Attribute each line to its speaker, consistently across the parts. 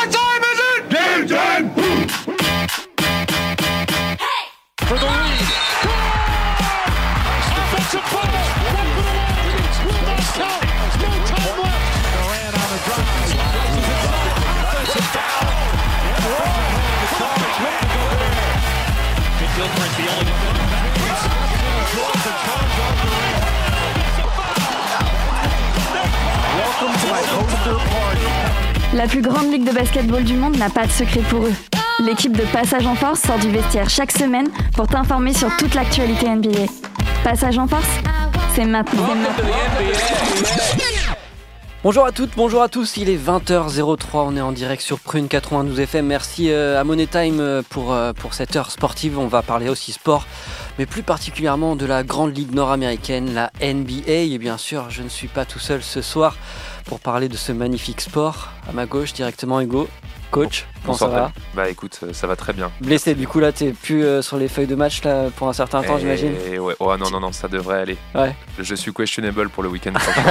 Speaker 1: What time is it? Game time! Boom! For the lead. Offensive ball. One for the line. Will not count. No time left. Durant on the drive. Offensive foul. Gilchrist, the only one back. Welcome to my poster party.
Speaker 2: La plus grande ligue de basketball du monde n'a pas de secret pour eux. L'équipe de Passage en Force sort du vestiaire chaque semaine pour t'informer sur toute l'actualité NBA. Passage en Force, c'est maintenant.
Speaker 3: Bonjour à toutes, bonjour à tous, il est 20h03, on est en direct sur Prune 92 FM. Merci à Money Time pour cette heure sportive. On va parler aussi sport, mais plus particulièrement de la grande ligue nord-américaine, la NBA. Et bien sûr, je ne suis pas tout seul ce soir pour parler de ce magnifique sport. À ma gauche, directement Hugo. Coach, comment ça va ?
Speaker 4: Bah écoute, ça va très bien.
Speaker 3: Blessé, du coup là t'es plus sur les feuilles de match là pour un certain temps, j'imagine.
Speaker 4: Ouais. Oh non, ça devrait aller.
Speaker 3: Ouais.
Speaker 4: Je suis questionable pour le week-end.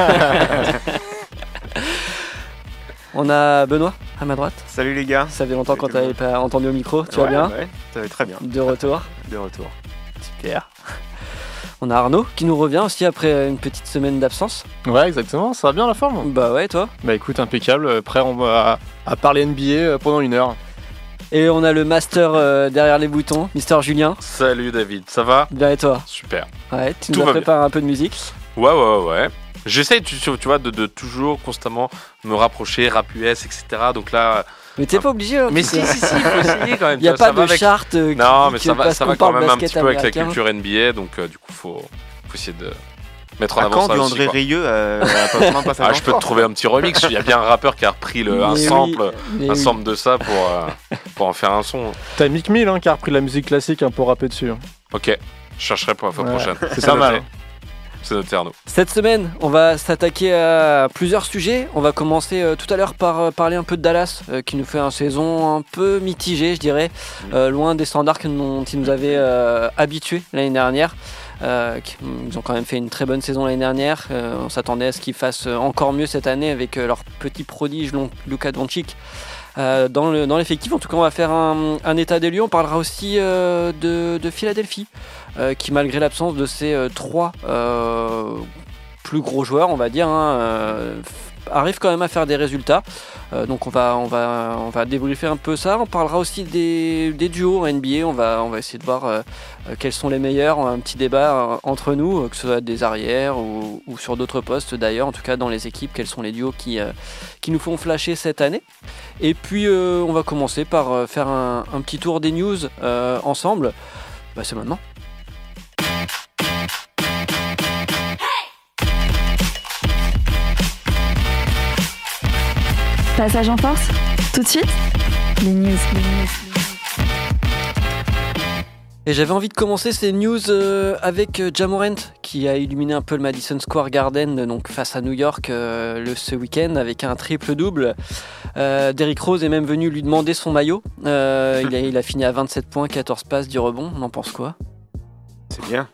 Speaker 3: On a Benoît à ma droite.
Speaker 5: Salut les gars.
Speaker 3: Ça fait longtemps qu'on t'avait pas entendu au micro, tu vas bien ?
Speaker 5: Ouais, ça va très bien.
Speaker 3: De retour.
Speaker 5: Super.
Speaker 3: On a Arnaud qui nous revient aussi après une petite semaine d'absence.
Speaker 6: Ouais, exactement, ça va bien la forme ?
Speaker 3: Bah ouais, toi ?
Speaker 6: Bah écoute, impeccable, prêt à parler NBA pendant une heure.
Speaker 3: Et on a le master derrière les boutons, Mister Julien.
Speaker 7: Salut David, ça va ?
Speaker 3: Bien et toi ?
Speaker 7: Super.
Speaker 3: Ouais, tu
Speaker 7: Tout
Speaker 3: nous as
Speaker 7: va
Speaker 3: préparé un peu de musique.
Speaker 7: Ouais. J'essaye, tu vois, de toujours constamment me rapprocher, rap US, etc. Donc là...
Speaker 3: Mais t'es pas obligé. Hein,
Speaker 7: mais si, il faut essayer quand même.
Speaker 3: Il n'y a pas de charte.
Speaker 7: Non, mais ça va quand même un petit peu avec la
Speaker 3: américain.
Speaker 7: culture NBA. Donc du coup, faut essayer de mettre en
Speaker 5: À
Speaker 7: avant
Speaker 5: quand
Speaker 7: ça
Speaker 5: du
Speaker 7: aussi.
Speaker 5: André
Speaker 7: Quoi.
Speaker 5: Rieu
Speaker 7: Je peux te trouver un petit remix. Il y a bien un rappeur qui a repris un sample de ça pour en faire un son.
Speaker 6: T'as Mick Mill qui a repris la musique classique pour rapper dessus.
Speaker 7: Ok, je chercherai pour la fois prochaine.
Speaker 6: C'est pas mal.
Speaker 7: C'est noté Arnaud.
Speaker 3: Cette semaine, on va s'attaquer à plusieurs sujets. On va commencer tout à l'heure par parler un peu de Dallas, qui nous fait une saison un peu mitigée, je dirais, loin des standards dont ils nous avaient habitués l'année dernière. Ils ont quand même fait une très bonne saison l'année dernière. On s'attendait à ce qu'ils fassent encore mieux cette année avec leur petit prodige Luka Doncic. Dans l'effectif, en tout cas, on va faire un état des lieux. On parlera aussi de Philadelphie, qui malgré l'absence de ses trois plus gros joueurs, on va dire, arrive quand même à faire des résultats. Donc on va débriefer un peu ça. On parlera aussi des duos NBA. On va essayer de voir quels sont les meilleurs. On a un petit débat entre nous, que ce soit des arrières ou sur d'autres postes d'ailleurs. En tout cas dans les équipes, quels sont les duos qui nous font flasher cette année. Et puis on va commencer par faire un petit tour des news ensemble. C'est maintenant.
Speaker 2: Passage en Force, tout de suite, les news.
Speaker 3: Et j'avais envie de commencer ces news avec Ja Morant qui a illuminé un peu le Madison Square Garden donc face à New York ce week-end avec un triple-double. Derrick Rose est même venu lui demander son maillot. Il a fini à 27 points, 14 passes, 10 rebonds. On en pense quoi ?
Speaker 5: C'est bien.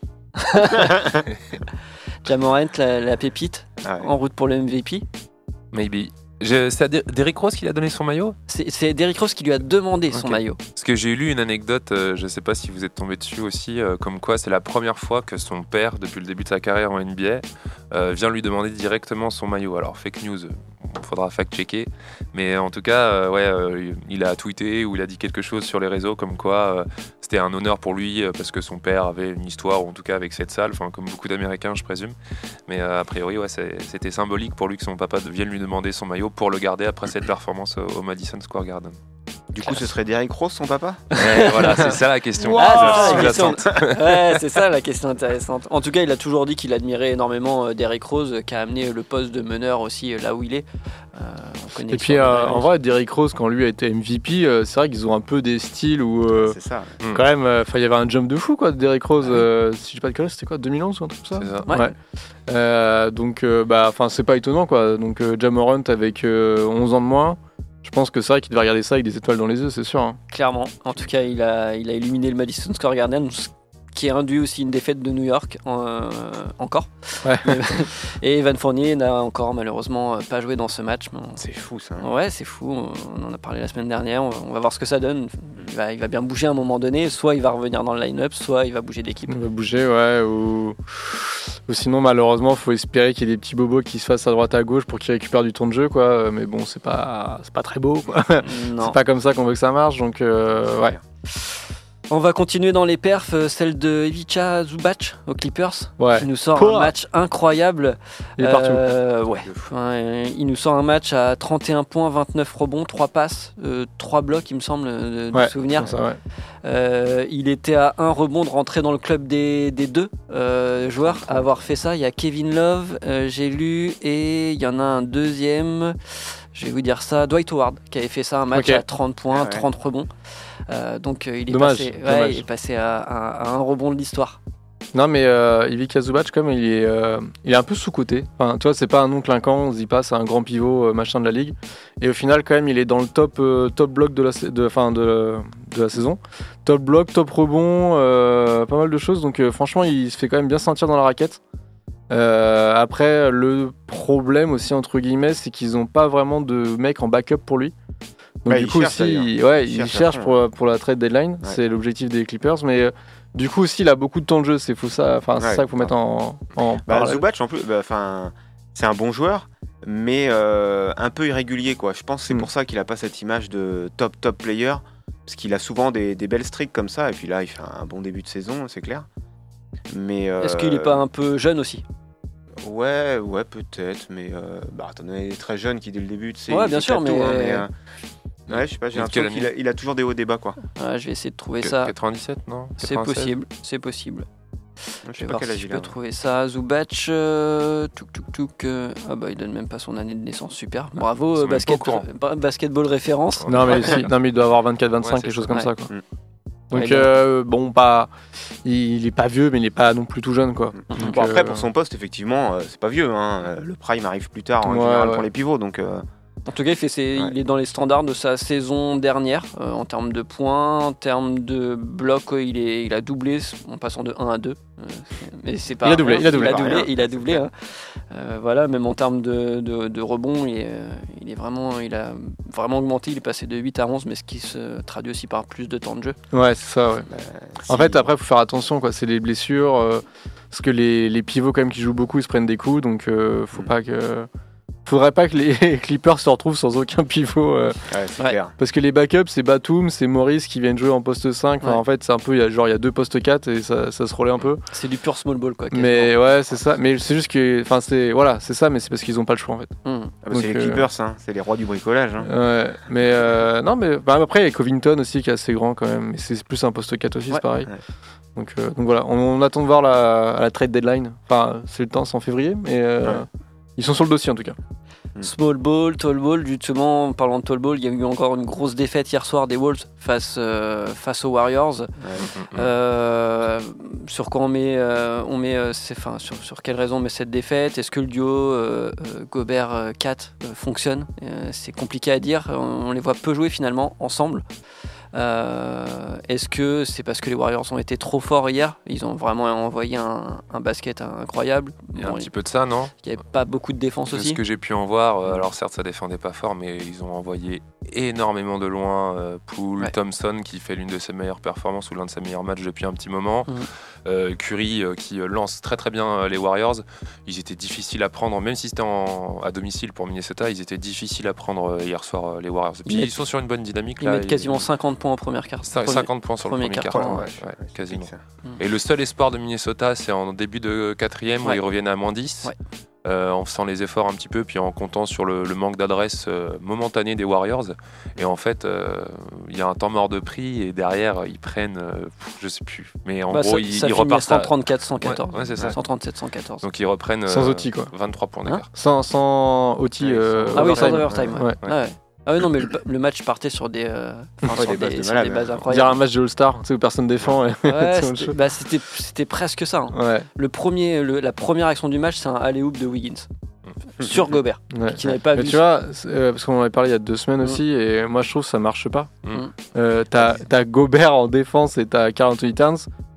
Speaker 3: Ja Morant, la pépite, en route pour le MVP.
Speaker 4: Maybe. C'est à Derrick Rose qui a donné son maillot ?
Speaker 3: C'est Derrick Rose qui lui a demandé son maillot.
Speaker 4: Parce que j'ai lu une anecdote, je ne sais pas si vous êtes tombé dessus aussi, comme quoi c'est la première fois que son père, depuis le début de sa carrière en NBA, vient lui demander directement son maillot. Alors fake news, il faudra fact-checker, mais en tout cas, il a tweeté ou il a dit quelque chose sur les réseaux comme quoi c'était un honneur pour lui parce que son père avait une histoire, ou en tout cas avec cette salle, comme beaucoup d'Américains je présume, mais a priori c'était symbolique pour lui que son papa vienne lui demander son maillot pour le garder après cette performance au Madison Square Garden.
Speaker 5: Du coup, ce serait Derrick Rose, son papa ?
Speaker 4: Voilà, c'est ça la question.
Speaker 3: C'est ça la question intéressante. En tout cas, il a toujours dit qu'il admirait énormément Derrick Rose, qui a amené le poste de meneur aussi là où il est.
Speaker 6: Et puis en vrai, Derrick Rose, quand lui a été MVP, c'est vrai qu'ils ont un peu des styles où
Speaker 5: c'est ça.
Speaker 6: Quand même, il y avait un jump de fou quoi, de Derrick Rose. Si je dis pas de conneries, c'était quoi, 2011 ou un truc comme ça ?
Speaker 4: C'est ça.
Speaker 6: Ouais. Donc, c'est pas étonnant quoi. Donc, Ja Morant avec 11 ans de moins. Je pense que c'est vrai qu'il devait regarder ça avec des étoiles dans les yeux, c'est sûr.
Speaker 3: Clairement. En tout cas, il a illuminé le Madison Square Garden. qui induit aussi une défaite de New York encore.
Speaker 6: Ouais.
Speaker 3: Et Evan Fournier n'a encore malheureusement pas joué dans ce match. Mais
Speaker 5: C'est fou ça.
Speaker 3: ouais, c'est fou. On en a parlé la semaine dernière. On va voir ce que ça donne. Il va bien bouger à un moment donné. Soit il va revenir dans le line-up, soit il va bouger d'équipe.
Speaker 6: Il va bouger, ouais. Ou sinon, malheureusement, il faut espérer qu'il y ait des petits bobos qui se fassent à droite à gauche pour qu'ils récupèrent du temps de jeu, quoi. Mais bon, c'est pas très beau, quoi.
Speaker 3: Non.
Speaker 6: C'est pas comme ça qu'on veut que ça marche, donc ouais.
Speaker 3: On va continuer dans les perfs, celle de Ivica Zubac aux Clippers.
Speaker 6: Ouais.
Speaker 3: Il nous sort
Speaker 6: Pouah.
Speaker 3: un match incroyable.
Speaker 6: Il est partout.
Speaker 3: Ouais, il nous sort un match à 31 points, 29 rebonds, 3 passes, 3 blocs, il me semble, de souvenir.
Speaker 6: Ça, ouais.
Speaker 3: Il était à 1 rebond de rentrer dans le club des 2 joueurs à avoir fait ça. Il y a Kevin Love, j'ai lu, et il y en a un deuxième, je vais vous dire ça, Dwight Howard, qui avait fait ça, un match à 30 points, 30 rebonds. Donc il est passé à un rebond de l'histoire.
Speaker 6: Non, mais Ivica Zubac, comme il est un peu sous-coté. Enfin, tu vois, c'est pas un nom clinquant, on se dit pas, c'est un grand pivot machin de la ligue. Et au final, quand même, il est dans le top bloc de la saison. Top bloc, top rebond, pas mal de choses. Donc franchement, il se fait quand même bien sentir dans la raquette. Après, le problème aussi, entre guillemets, c'est qu'ils n'ont pas vraiment de mec en backup pour lui. Donc du coup aussi, il cherche pour la trade deadline, c'est l'objectif des Clippers, mais du coup aussi il a beaucoup de temps de jeu, c'est ça qu'il faut mettre en parallèle.
Speaker 5: Zubac en plus, c'est un bon joueur, mais un peu irrégulier quoi. Je pense que c'est pour ça qu'il a pas cette image de top player, parce qu'il a souvent des belles streaks comme ça, et puis là il fait un bon début de saison, c'est clair. Mais
Speaker 3: est-ce qu'il est pas un peu jeune aussi?
Speaker 5: Ouais, peut-être, mais attends, il est très jeune qui dès le début, c'est
Speaker 3: bien sûr, mais
Speaker 5: ouais, je sais pas, j'ai l'impression qu'il a toujours des hauts débats quoi.
Speaker 3: Ouais, je vais essayer de trouver ça.
Speaker 4: 97, non?
Speaker 3: C'est possible.
Speaker 5: Je sais pas quel âge
Speaker 3: je
Speaker 5: il a.
Speaker 3: peux trouver ça. Zubac, il donne même pas son année de naissance, super. Bravo, basketball référence.
Speaker 6: Non mais il doit avoir 24-25, quelque chose comme ça quoi. Donc il est pas vieux, mais il est pas non plus tout jeune quoi. Donc,
Speaker 5: après pour son poste effectivement, c'est pas vieux hein. Le prime arrive plus tard en général pour les pivots donc.
Speaker 3: En tout cas, il est dans les standards de sa saison dernière en termes de points, en termes de blocs. Il a doublé en passant de 1 à 2. Mais c'est pas
Speaker 6: il a
Speaker 3: doublé. Hein. Voilà, même en termes de rebond, il a vraiment augmenté. Il est passé de 8 à 11, mais ce qui se traduit aussi par plus de temps de jeu.
Speaker 6: Ouais, c'est ça. Ouais. En fait, après, il faut faire attention. C'est les blessures. Parce que les pivots, quand même, qui jouent beaucoup, ils se prennent des coups. Donc, faudrait pas que les Clippers se retrouvent sans aucun pivot.
Speaker 5: C'est clair.
Speaker 6: Parce que les backups, c'est Batum, c'est Morris qui viennent jouer en poste 5. En fait, c'est un peu, il y a 2 postes 4 et ça se relaie un peu.
Speaker 3: C'est du pur small ball, quoi.
Speaker 6: Mais ouais, c'est ça. Mais c'est juste que, c'est ça, mais c'est parce qu'ils ont pas le choix en fait.
Speaker 5: Donc, c'est les Clippers, c'est les rois du bricolage. Hein.
Speaker 6: Ouais, mais non, mais après, il y a Covington aussi qui est assez grand quand même. Mais c'est plus un poste 4 aussi, c'est pareil. Ouais. Donc voilà, on attend de voir à la trade deadline. Enfin, c'est le temps, c'est en février, mais ils sont sur le dossier en tout cas.
Speaker 3: Small ball, tall ball, justement, en parlant de tall ball, il y a eu encore une grosse défaite hier soir des Wolves face aux Warriors. Sur quoi sur quelle raison on met cette défaite? Est-ce que le duo Gobert-Kat fonctionne? C'est compliqué à dire, on les voit peu jouer finalement ensemble. Est-ce que c'est parce que les Warriors ont été trop forts hier? Ils ont vraiment envoyé un basket incroyable.
Speaker 4: Il y a un petit peu de ça, non?
Speaker 3: Il n'y avait pas beaucoup de défense aussi.
Speaker 4: Ce que j'ai pu en voir, alors certes ça défendait pas fort, mais ils ont envoyé énormément de loin. Poole, Thompson qui fait l'une de ses meilleures performances ou l'un de ses meilleurs matchs depuis un petit moment. Curry qui lance très très bien les Warriors. Ils étaient difficiles à prendre, même si c'était à domicile pour Minnesota, ils étaient difficiles à prendre hier soir les Warriors. Et puis ils sont sur une bonne dynamique.
Speaker 3: Ils mettent quasiment 50 points en première quart.
Speaker 4: 50 points sur le premier quart. Quasiment. Et le seul espoir de Minnesota, c'est en début de quatrième où ils reviennent à moins 10. En faisant les efforts un petit peu, puis en comptant sur le manque d'adresse momentané des Warriors. Et en fait, il y a un temps mort de prix et derrière, ils prennent, je sais plus. Mais en gros, ils repartent
Speaker 3: 134-114.
Speaker 4: Ouais, c'est ça.
Speaker 3: 137-114.
Speaker 4: Donc ils reprennent
Speaker 6: sans OT, quoi.
Speaker 4: 23 points d'écart.
Speaker 6: Sans OT.
Speaker 3: Sans overtime. Ah oui, non, mais le match partait sur des bases incroyables.
Speaker 6: Dire un match de All-Star, où personne défend.
Speaker 3: C'était presque ça. Hein. Ouais. La première action du match, c'est un alley-oop de Wiggins sur Gobert, qui n'avait pas vu.
Speaker 6: Tu vois, parce qu'on en avait parlé il y a 2 semaines aussi, et moi je trouve que ça marche pas. T'as Gobert en défense et t'as Karl Anthony Towns.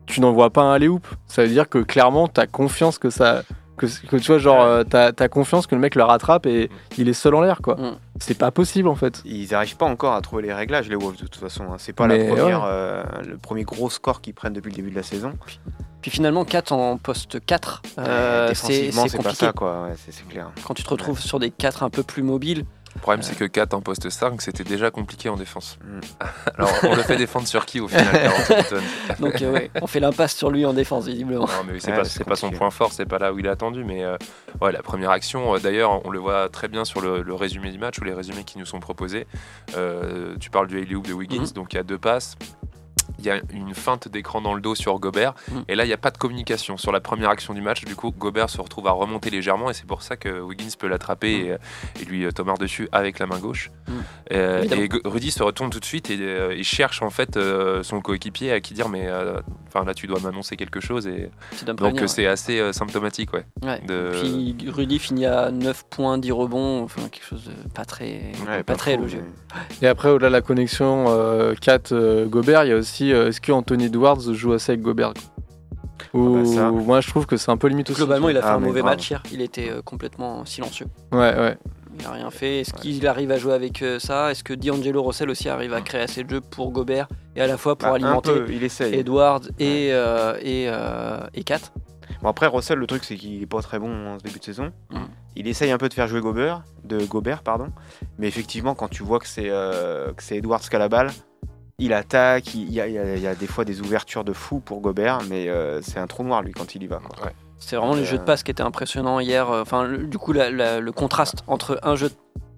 Speaker 6: tu n'envoies pas un alley-oop. Ça veut dire que clairement, t'as confiance que tu vois, genre, t'as confiance que le mec le rattrape et il est seul en l'air, quoi. C'est pas possible, en fait.
Speaker 5: Ils n'arrivent pas encore à trouver les réglages, les Wolves, de toute façon. C'est pas le premier gros score qu'ils prennent depuis le début de la saison.
Speaker 3: Puis finalement, 4 en poste 4, c'est compliqué.
Speaker 5: Pas ça, quoi. Ouais, c'est clair.
Speaker 3: Quand tu te retrouves sur des 4 un peu plus mobiles.
Speaker 4: Le problème, c'est que 4 en poste 5, c'était déjà compliqué en défense. Alors, on le fait défendre sur qui au final,
Speaker 3: Donc, on fait l'impasse sur lui en défense, visiblement.
Speaker 4: Non, mais c'est pas son point fort, c'est pas là où il est attendu. Mais la première action, d'ailleurs, on le voit très bien sur le résumé du match ou les résumés qui nous sont proposés. Tu parles du alley-oop de Wiggins, donc il y a 2 passes. Il y a une feinte d'écran dans le dos sur Gobert et là il n'y a pas de communication sur la première action du match. Du coup Gobert se retrouve à remonter légèrement et c'est pour ça que Wiggins peut l'attraper et lui tomber dessus avec la main gauche. Et Rudy se retourne tout de suite et cherche en fait son coéquipier à qui dire mais là tu dois m'annoncer quelque chose et donc c'est assez symptomatique.
Speaker 3: Puis Rudy finit à 9 points, 10 rebonds, enfin quelque chose de pas très logique.
Speaker 6: Et après au-delà de la connexion 4 Gobert, il y a aussi est-ce que Anthony Edwards joue assez avec Gobert moi je trouve que c'est un peu limite aussi.
Speaker 3: Globalement il a fait un mauvais match hier, il était complètement silencieux.
Speaker 6: Ouais.
Speaker 3: Il n'a rien fait. Est-ce qu'il arrive à jouer avec ça ? Est-ce que D'Angelo Russell aussi arrive à créer assez de jeux pour Gobert et à la fois pour alimenter Edwards et 4 ?
Speaker 5: Bon, après Russell, le truc c'est qu'il est pas très bon en ce début de saison. Il essaye un peu de faire jouer Gobert, mais effectivement quand tu vois que c'est Edwards qui a la balle, il attaque, il y a des fois des ouvertures de fou pour Gobert, mais c'est un trou noir lui quand il y va. Quoi.
Speaker 3: Ouais. C'est vraiment le jeu de passe qui était impressionnant hier. Du coup, le contraste entre un jeu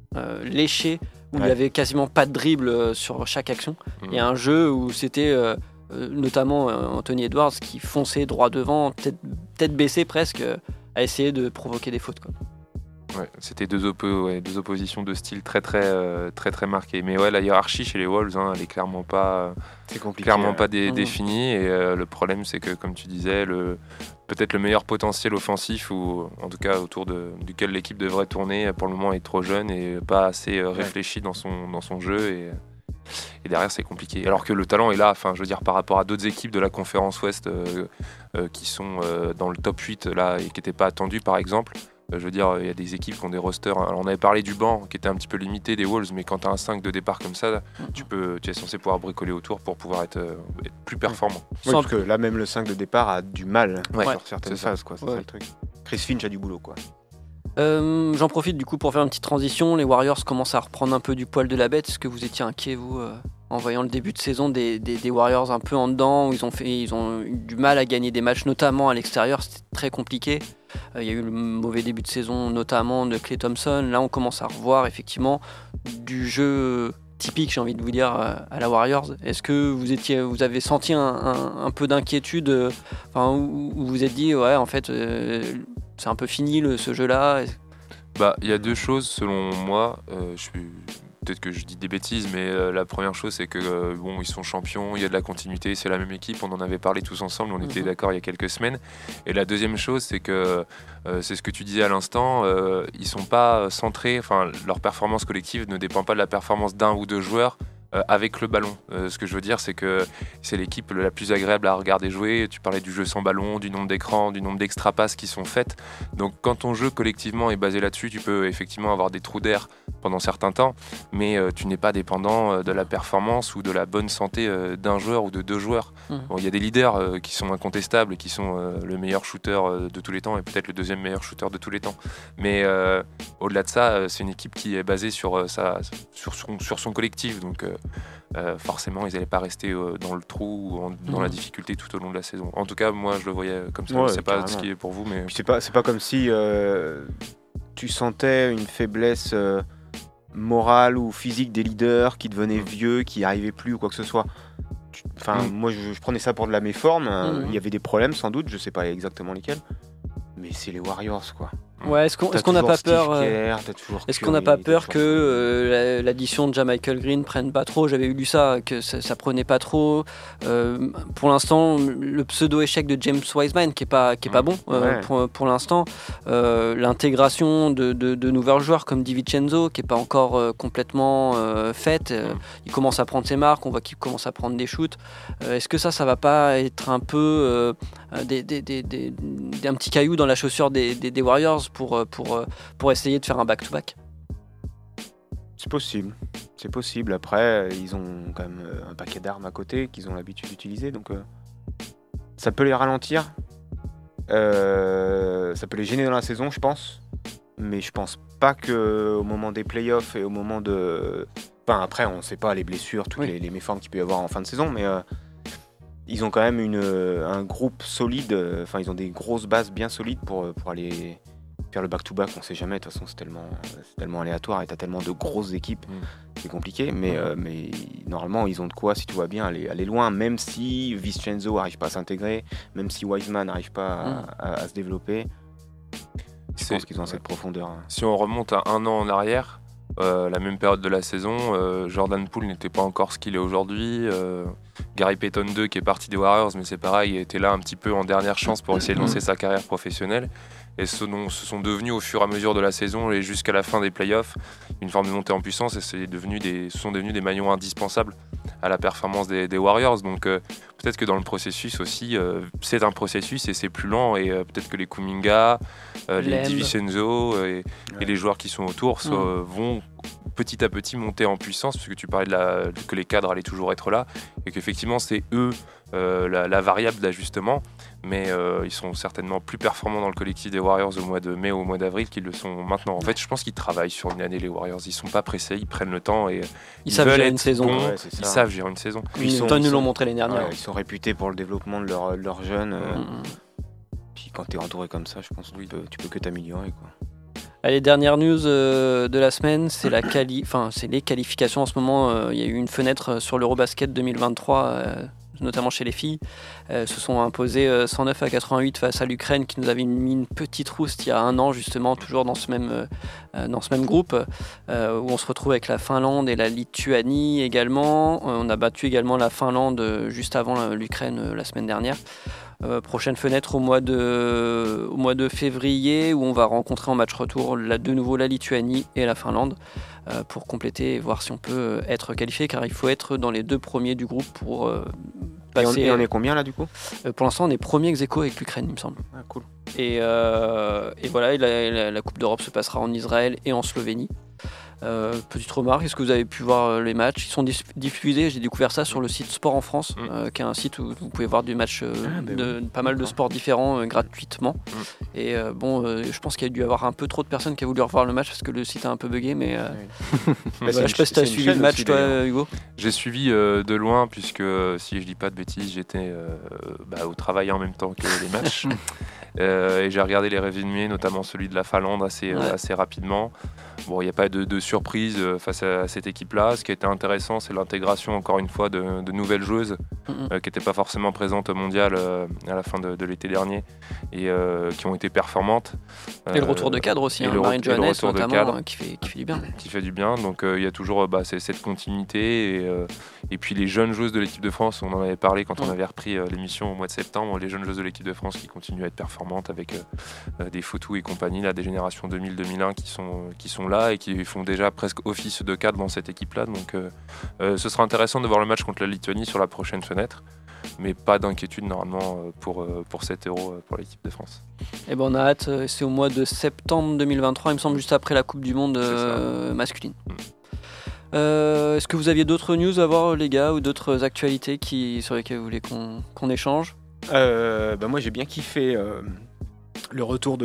Speaker 3: léché où il y avait quasiment pas de dribble sur chaque action et un jeu où c'était notamment Anthony Edwards qui fonçait droit devant, tête baissée presque, à essayer de provoquer des fautes, quoi.
Speaker 4: Ouais, c'était deux oppositions de style très marquées. Mais la hiérarchie chez les Wolves, elle est clairement pas, définie. Et le problème, c'est que, comme tu disais, peut-être le meilleur potentiel offensif, ou en tout cas autour duquel l'équipe devrait tourner, pour le moment est trop jeune et pas assez réfléchi dans son jeu. Et derrière, c'est compliqué. Alors que le talent est là, je veux dire, par rapport à d'autres équipes de la conférence Ouest qui sont dans le top 8 là, et qui n'étaient pas attendues, par exemple. Je veux dire, il y a des équipes qui ont des rosters. Alors, on avait parlé du banc qui était un petit peu limité des Wolves, mais quand tu as un 5 de départ comme ça, tu es censé pouvoir bricoler autour pour pouvoir être plus performant.
Speaker 5: Oui, parce que là, même le 5 de départ a du mal sur certaines phases. C'est ça le truc. Chris Finch a du boulot, quoi.
Speaker 3: J'en profite du coup pour faire une petite transition. Les Warriors commencent à reprendre un peu du poil de la bête. Est-ce que vous étiez inquiet, vous, en voyant le début de saison des Warriors un peu en dedans, où ils ont eu du mal à gagner des matchs, notamment à l'extérieur, c'était très compliqué. Il y a eu le mauvais début de saison, notamment de Klay Thompson. Là, on commence à revoir effectivement du jeu typique, j'ai envie de vous dire, à la Warriors. Est-ce que vous avez senti un peu d'inquiétude, où vous vous êtes dit, en fait, c'est un peu fini ce jeu-là?
Speaker 4: Il y a deux choses selon moi. Peut-être que je dis des bêtises, mais la première chose, c'est que ils sont champions, il y a de la continuité, c'est la même équipe, on en avait parlé tous ensemble, on était d'accord il y a quelques semaines. Et la deuxième chose, c'est que c'est ce que tu disais à l'instant, ils sont pas centrés, leur performance collective ne dépend pas de la performance d'un ou deux joueurs avec le ballon. Ce que je veux dire, c'est que c'est l'équipe la plus agréable à regarder jouer. Tu parlais du jeu sans ballon, du nombre d'écrans, du nombre d'extra passes qui sont faites. Donc quand ton jeu collectivement est basé là-dessus, tu peux effectivement avoir des trous d'air pendant certains temps, mais tu n'es pas dépendant de la performance ou de la bonne santé d'un joueur ou de deux joueurs. Bon, y a des leaders qui sont incontestables et qui sont le meilleur shooter de tous les temps et peut-être le deuxième meilleur shooter de tous les temps. Mais au-delà de ça, c'est une équipe qui est basée sur son collectif. Donc forcément, ils n'allaient pas rester dans le trou ou dans la difficulté tout au long de la saison. En tout cas, moi, je le voyais comme ça. Je ne sais pas ce qui est pour vous, mais
Speaker 5: c'est pas comme si tu sentais une faiblesse morale ou physique des leaders qui devenaient vieux, qui n'y arrivaient plus ou quoi que ce soit. Moi, je prenais ça pour de la méforme. Il y avait des problèmes sans doute, je sais pas exactement lesquels, mais c'est les Warriors, quoi.
Speaker 3: Ouais, est-ce qu'on n'a pas peur Est-ce qu'on n'a pas peur que l'addition de Jamichael Green prenne pas trop? J'avais lu ça, que ça prenait pas trop. Pour l'instant, le pseudo échec de James Wiseman qui est pas bon pour l'instant. L'intégration de nouveaux joueurs comme DiVincenzo qui est pas encore complètement faite. Il commence à prendre ses marques, on voit qu'il commence à prendre des shoots. Est-ce que ça va pas être un peu un petit caillou dans la chaussure des Warriors pour essayer de faire un back-to-back?
Speaker 5: C'est possible. Après, ils ont quand même un paquet d'armes à côté qu'ils ont l'habitude d'utiliser, donc ça peut les ralentir. Ça peut les gêner dans la saison, je pense. Mais je pense pas qu'au moment des playoffs et au moment de... Enfin, après, on sait pas les blessures, toutes les méformes qu'il peut y avoir en fin de saison, mais ils ont quand même un groupe solide. Enfin, ils ont des grosses bases bien solides pour aller faire le back-to-back. On sait jamais, de toute façon, c'est tellement aléatoire et t'as tellement de grosses équipes, c'est compliqué. Mais normalement, ils ont de quoi, si tu vois bien, aller loin, même si Vincenzo n'arrive pas à s'intégrer, même si Wiseman n'arrive pas à se développer. Je pense qu'ils ont cette profondeur.
Speaker 4: Si on remonte à un an en arrière, la même période de la saison, Jordan Poole n'était pas encore ce qu'il est aujourd'hui. Gary Payton 2 qui est parti des Warriors, mais c'est pareil, était là un petit peu en dernière chance pour essayer de lancer sa carrière professionnelle. Et ce sont devenus au fur et à mesure de la saison et jusqu'à la fin des playoffs une forme de montée en puissance, et ce sont devenus des maillons indispensables à la performance des Warriors. Donc peut-être que dans le processus aussi, c'est un processus et c'est plus lent, et peut-être que les Kuminga, les DiVincenzo et les joueurs qui sont autour vont petit à petit monter en puissance, puisque tu parlais que les cadres allaient toujours être là et qu'effectivement c'est eux la variable d'ajustement, mais ils sont certainement plus performants dans le collectif des Warriors au mois de mai ou au mois d'avril qu'ils le sont maintenant. En fait, je pense qu'ils travaillent sur une année, les Warriors. Ils sont pas pressés, ils prennent le temps et
Speaker 3: ils savent gérer une saison.
Speaker 4: Ils savent gérer une saison.
Speaker 3: Ils nous l'ont montré l'année dernière.
Speaker 5: Ils sont réputés pour le développement de leurs jeunes. Puis quand tu es entouré comme ça, je pense que tu peux que t'améliorer, quoi.
Speaker 3: Allez, dernière news de la semaine, c'est c'est les qualifications en ce moment. Il y a eu une fenêtre sur l'Eurobasket 2023, notamment chez les filles. Se sont imposées 109-88 face à l'Ukraine, qui nous avait mis une petite rouste il y a un an, justement, toujours dans ce même groupe, où on se retrouve avec la Finlande et la Lituanie également. On a battu également la Finlande juste avant l'Ukraine la semaine dernière. Prochaine fenêtre au mois de février, où on va rencontrer en match retour de nouveau la Lituanie et la Finlande pour compléter et voir si on peut être qualifié, car il faut être dans les deux premiers du groupe pour passer.
Speaker 5: Et on est combien là du coup?
Speaker 3: Pour l'instant on est premier ex-aequo avec l'Ukraine, il me semble.
Speaker 5: Ah, cool.
Speaker 3: Et voilà, la Coupe d'Europe se passera en Israël et en Slovénie. Petite remarque, est-ce que vous avez pu voir les matchs? Ils sont diffusés, j'ai découvert ça sur le site Sport en France, qui est un site où vous pouvez voir des matchs pas mal de sports différents gratuitement. Et je pense qu'il y a dû y avoir un peu trop de personnes qui ont voulu revoir le match parce que le site a un peu bugué, mais je sais pas si tu as suivi le match, toi, Hugo.
Speaker 4: J'ai suivi de loin, puisque si je dis pas de bêtises, j'étais au travail en même temps que les matchs. Et j'ai regardé les résumés, notamment celui de la Finlande assez rapidement. Bon, il n'y a pas de surprise face à cette équipe-là. Ce qui a été intéressant, c'est l'intégration, encore une fois, de nouvelles joueuses qui n'étaient pas forcément présentes au mondial à la fin de l'été dernier et qui ont été performantes.
Speaker 3: Et le retour de cadre aussi, Marine Johannes notamment, qui fait du bien.
Speaker 4: Qui fait du bien, donc il y a toujours cette continuité. Et puis les jeunes joueuses de l'équipe de France, on en avait parlé quand on avait repris l'émission au mois de septembre, les jeunes joueuses de l'équipe de France qui continuent à être performantes avec des Fotou et compagnie, là, des générations 2000-2001 qui sont là et qui font déjà presque office de cadre dans cette équipe-là. Donc ce sera intéressant de voir le match contre la Lituanie sur la prochaine fenêtre, mais pas d'inquiétude normalement pour cet Euro pour l'équipe de France.
Speaker 3: Et on a hâte, c'est au mois de septembre 2023, il me semble, juste après la Coupe du Monde masculine. Est-ce que vous aviez d'autres news à voir, les gars, ou d'autres actualités sur lesquelles vous voulez qu'on échange?
Speaker 5: Moi j'ai bien kiffé le retour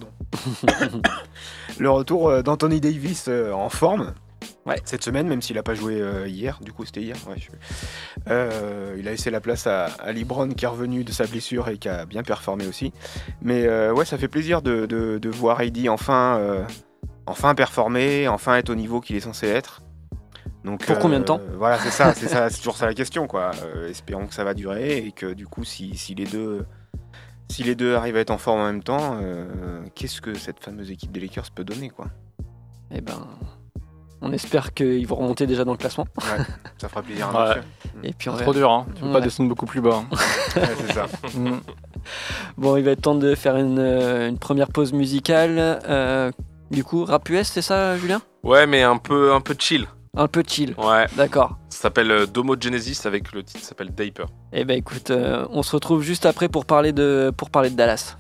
Speaker 5: le retour d'Anthony Davis en forme cette semaine, même s'il n'a pas joué hier. Du coup c'était hier. Il a laissé la place à LeBron, qui est revenu de sa blessure et qui a bien performé aussi. Mais ça fait plaisir de voir AD enfin performer, enfin être au niveau qu'il est censé être. Donc,
Speaker 3: pour combien de temps?
Speaker 5: Voilà, c'est ça, c'est toujours ça la question, quoi. Espérons que ça va durer et que du coup, si les deux Si les deux arrivent à être en forme en même temps, qu'est-ce que cette fameuse équipe des Lakers peut donner, quoi?
Speaker 3: Eh ben, on espère qu'ils vont remonter déjà dans le classement.
Speaker 5: Ouais, ça fera plaisir à monsieur.
Speaker 3: Et puis on
Speaker 6: Trop dur, hein. Tu peux pas
Speaker 3: Ouais.
Speaker 6: descendre beaucoup plus bas. Hein.
Speaker 5: Ouais, c'est ça.
Speaker 3: Bon, il va être temps de faire une première pause musicale. Du coup, rap US, c'est ça, Julien?
Speaker 7: Ouais, mais un peu chill.
Speaker 3: Un peu chill.
Speaker 7: Ouais.
Speaker 3: D'accord.
Speaker 7: Ça s'appelle Domo Genesis avec le titre s'appelle Diaper.
Speaker 3: Eh ben écoute, on se retrouve juste après pour parler de Dallas.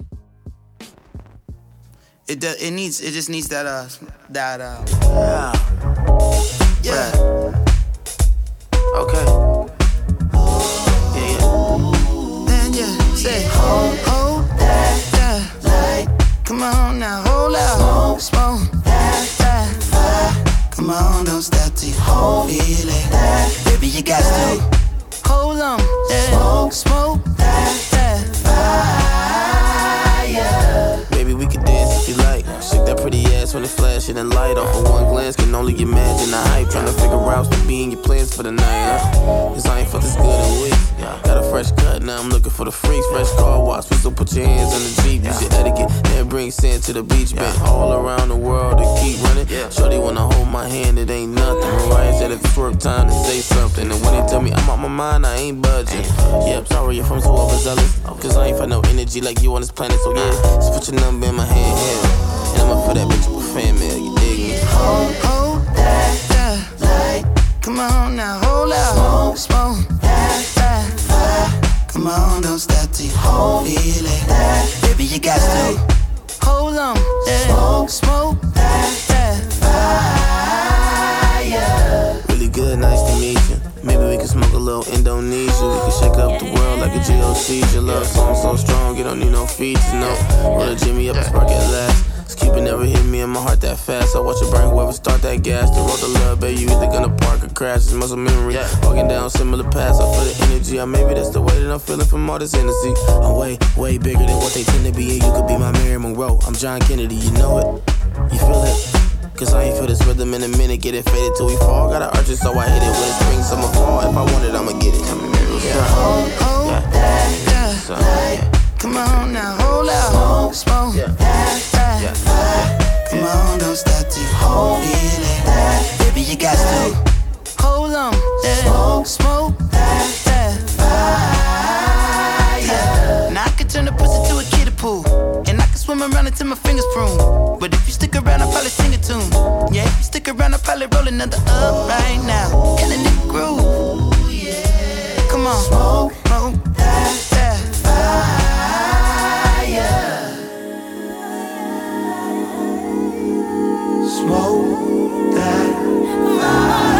Speaker 8: It just needs that yeah. Okay. Yeah. Then yeah, say hold that, light. Come on now, hold out, smoke that, come on, don't stop till you feel it. Baby, you got to hold on, yeah. Smoke that fire. Baby, we can dance if you like. Shake that pretty ass when it flashing and light off of one glance. Can only imagine the hype. Trying to figure out to be in your plans for the night. Cause I ain't felt this good in weeks. Got a fresh cut, now I'm looking for the freaks. Fresh car wash, please don't put your hands on the Jeep. Use your etiquette and bring sand to the beach. Been all around the world and keep running. Shorty wanna hold my hand, it ain't nothing. Mariah said if it's work time to say something. And when they tell me I'm out my mind, I ain't budging. Yeah, I'm sorry if I'm so overzealous. Cause I ain't find no energy like you on this planet. So yeah, just put your number in my hand, yeah. And I'ma put that bitch up a fan mail, you dig me? Hold that, light. Come on now, hold out, smoke that, come on, don't stop till you feel it. Baby, you got to hold on, yeah. Smoke that fire. Really good, nice to meet you. Maybe we can smoke a little Indonesia. We can shake up the world like a GOC. Your love song so strong, you don't need no features, no. Roll a Jimmy up and spark at last. Cupid never hit me in my heart that fast. I watch it burn whoever start that gas. The road to love, baby, you either gonna park or crash. It's muscle memory, walking down similar paths. I feel the energy, or maybe that's the way that I'm feeling from all this energy. I'm way, way bigger than what they tend to be. And you could be my Mary Monroe, I'm John Kennedy, you know it? You feel it? Cause I ain't feel this rhythm in a minute. Get it faded till we fall. Gotta urge it so I hit it. When it's spring, summer, fall. If I want it, I'ma get it. Hold that, light. Come on now, hold out, smoke that, come on, don't stop till you feel it. Baby, you got to hold on, yeah. Smoke that fire. Now I can turn the pussy to a kiddie pool, and I can swim around until my fingers prune. But if you stick around, I'll probably sing a tune. Yeah, if you stick around, I'll probably roll another up right now. Killing the groove, come on, smoke that fire. Smoke that fire.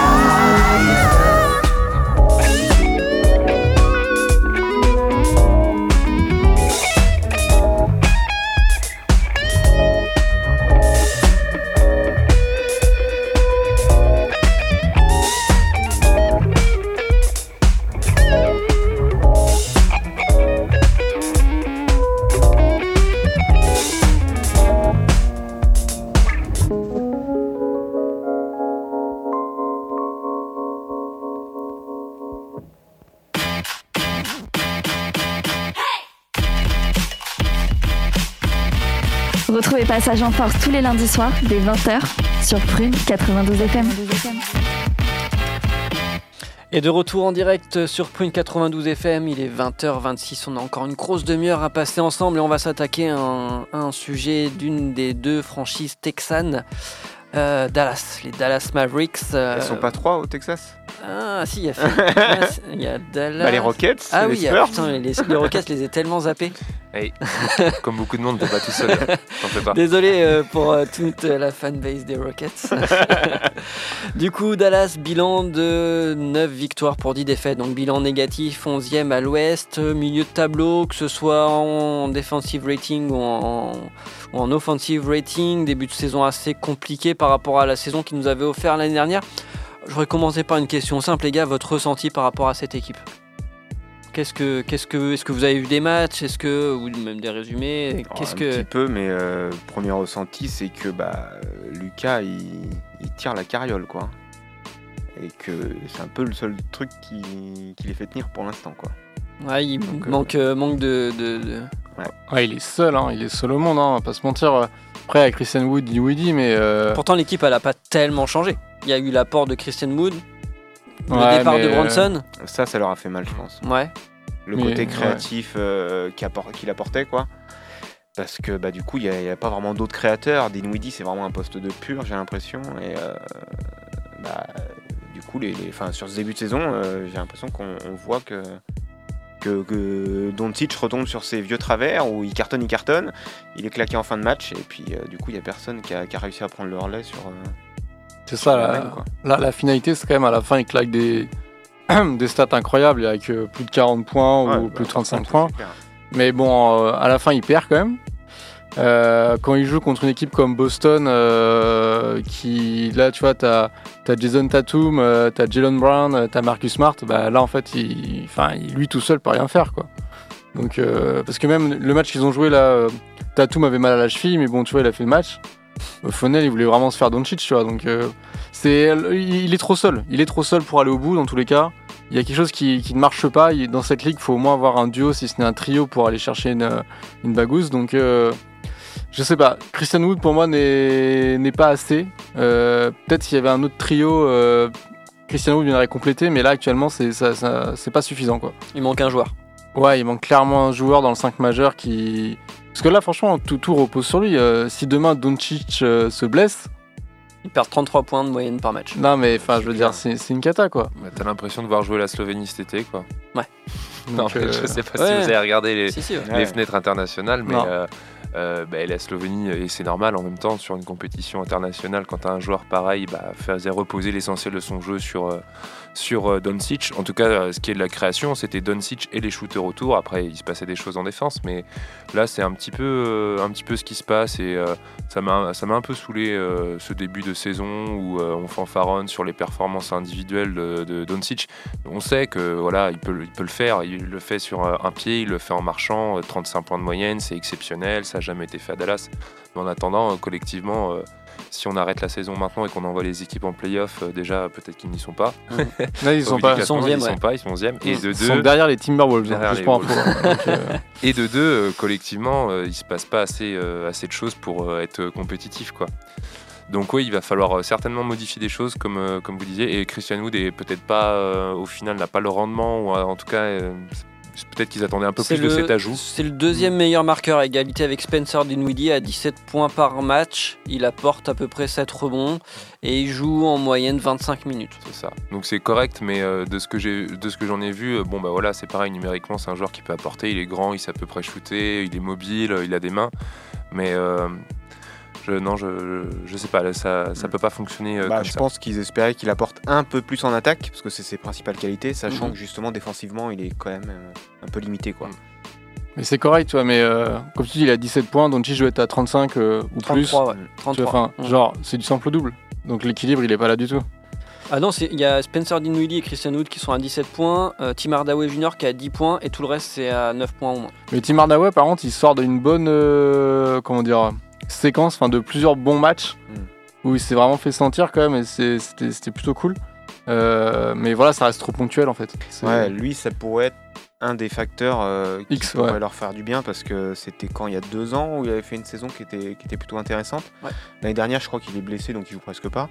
Speaker 2: Retrouvez Passage en Force tous les lundis soirs dès 20h sur Prune 92 FM.
Speaker 3: Et de retour en direct sur Prune 92 FM, il est 20h26, on a encore une grosse demi-heure à passer ensemble et on va s'attaquer à un sujet d'une des deux franchises texanes, Dallas, les Dallas Mavericks.
Speaker 5: Elles sont pas trois au Texas?
Speaker 3: Ah si, il y a Dallas.
Speaker 5: Bah, les Rockets,
Speaker 3: ah
Speaker 5: les
Speaker 3: oui,
Speaker 5: Spurs.
Speaker 3: putain, les Rockets, je les ai tellement zappés.
Speaker 4: Hey, comme beaucoup de monde, t'es pas tout seul. T'en fais pas.
Speaker 3: Désolé pour toute la fanbase des Rockets. Du coup, Dallas, bilan de 9 victoires pour 10 défaites. Donc bilan négatif, 11e à l'ouest. Milieu de tableau, que ce soit en defensive rating ou en offensive rating. Début de saison assez compliqué par rapport à la saison qu'ils nous avait offert l'année dernière. Je voudrais commencer par une question simple, les gars. Votre ressenti par rapport à cette équipe? Est-ce que vous avez vu des matchs? Ou même des résumés?
Speaker 5: Un petit peu, mais premier ressenti, c'est que Lucas, il tire la carriole, quoi. Et que c'est un peu le seul truc qui les fait tenir pour l'instant, quoi.
Speaker 3: Ouais, il manque de...
Speaker 6: Ouais, il est seul au monde, on va pas se mentir. Après, avec Christian Wood, Dinwiddie, mais...
Speaker 3: Pourtant, l'équipe, elle a pas tellement changé. Il y a eu l'apport de Christian Wood, le départ de Bronson.
Speaker 5: Ça leur a fait mal, je pense.
Speaker 3: Ouais.
Speaker 5: Le côté créatif qu'il apportait, quoi. Parce que du coup, il n'y a pas vraiment d'autres créateurs. Dinwiddie, c'est vraiment un poste de pur, j'ai l'impression. Et du coup, sur ce début de saison, j'ai l'impression qu'on voit que Doncic retombe sur ses vieux travers où il cartonne, il est claqué en fin de match et puis du coup il n'y a personne qui a réussi à prendre le relais sur
Speaker 6: c'est ça la finalité, c'est quand même à la fin il claque des stats incroyables avec plus de 40 points ou plus de 35 points, mais bon à la fin il perd quand même. Quand il joue contre une équipe comme Boston qui là tu vois t'as Jason Tatum, t'as Jaylen Brown, t'as Marcus Smart, là en fait lui tout seul peut rien faire quoi. Donc parce que même le match qu'ils ont joué là, Tatum avait mal à la cheville mais bon tu vois il a fait le match. Fonel il voulait vraiment se faire Doncic tu vois, donc il est trop seul pour aller au bout dans tous les cas. Il y a quelque chose qui ne marche pas dans cette ligue, il faut au moins avoir un duo si ce n'est un trio pour aller chercher une bagousse, donc je sais pas, Christian Wood pour moi n'est pas assez. Peut-être s'il y avait un autre trio, Christian Wood viendrait compléter, mais là actuellement c'est pas suffisant quoi.
Speaker 3: Il manque un joueur.
Speaker 6: Ouais, il manque clairement un joueur dans le 5 majeur qui... Parce que là franchement tout repose sur lui. Si demain Doncic se blesse...
Speaker 3: Il perd 33 points de moyenne par match.
Speaker 6: Non mais je veux dire c'est une cata quoi.
Speaker 4: T'as l'impression de voir jouer la Slovénie cet été quoi.
Speaker 3: Ouais.
Speaker 4: Non, je sais pas si vous avez regardé les fenêtres internationales, mais la Slovénie, et c'est normal en même temps, sur une compétition internationale, quand tu as un joueur pareil, faisait reposer l'essentiel de son jeu sur Doncic. En tout cas, ce qui est de la création, c'était Doncic et les shooters autour. Après, il se passait des choses en défense, mais là, c'est un petit peu ce qui se passe, et ça m'a un peu saoulé ce début de saison où on fanfaronne sur les performances individuelles de Doncic. On sait que voilà, il peut le faire, il le fait sur un pied, il le fait en marchant, 35 points de moyenne, c'est exceptionnel, ça n'a jamais été fait à Dallas. Mais en attendant, collectivement, si on arrête la saison maintenant et qu'on envoie les équipes en play-off, déjà peut-être qu'ils n'y sont pas.
Speaker 6: Là, ils sont pas.
Speaker 4: Ils sont 11e. Et de
Speaker 6: ils sont derrière les Timberwolves.
Speaker 4: Et de deux, collectivement, il se passe pas assez de choses pour être compétitif, quoi. Donc oui, il va falloir certainement modifier des choses, comme vous disiez. Et Christian Wood est peut-être pas, au final, n'a pas le rendement, ou en tout cas, peut-être qu'ils attendaient un peu plus de cet ajout.
Speaker 3: C'est le deuxième meilleur marqueur à égalité avec Spencer Dinwiddie à 17 points par match. Il apporte à peu près 7 rebonds et il joue en moyenne 25 minutes.
Speaker 4: C'est ça. Donc c'est correct, mais de ce que j'en ai vu, voilà, c'est pareil, numériquement, c'est un joueur qui peut apporter. Il est grand, il sait à peu près shooter, il est mobile, il a des mains, mais je sais pas, ça peut pas fonctionner comme ça.
Speaker 5: Je pense qu'ils espéraient qu'il apporte un peu plus en attaque, parce que c'est ses principales qualités, sachant que justement défensivement il est quand même un peu limité quoi.
Speaker 6: Mais c'est correct, tu vois, mais comme tu dis, il a 17 points, Doncic doit être à 35 ou
Speaker 3: 33,
Speaker 6: plus.
Speaker 3: Ouais, 33.
Speaker 6: Genre, c'est du simple double, donc l'équilibre il est pas là du tout.
Speaker 3: Ah non, il y a Spencer Dinwiddie et Christian Wood qui sont à 17 points, Tim Hardaway Jr. qui est à 10 points et tout le reste c'est à 9 points au moins.
Speaker 6: Mais Tim Hardaway par contre il sort d'une bonne séquence, de plusieurs bons matchs où il s'est vraiment fait sentir quand même, et c'était plutôt cool. Mais voilà, ça reste trop ponctuel en fait.
Speaker 5: Ouais, lui ça pourrait être un des facteurs qui pourrait leur faire du bien, parce que c'était quand il y a 2 ans où il avait fait une saison qui était plutôt intéressante. Ouais. L'année dernière je crois qu'il est blessé donc il joue presque pas.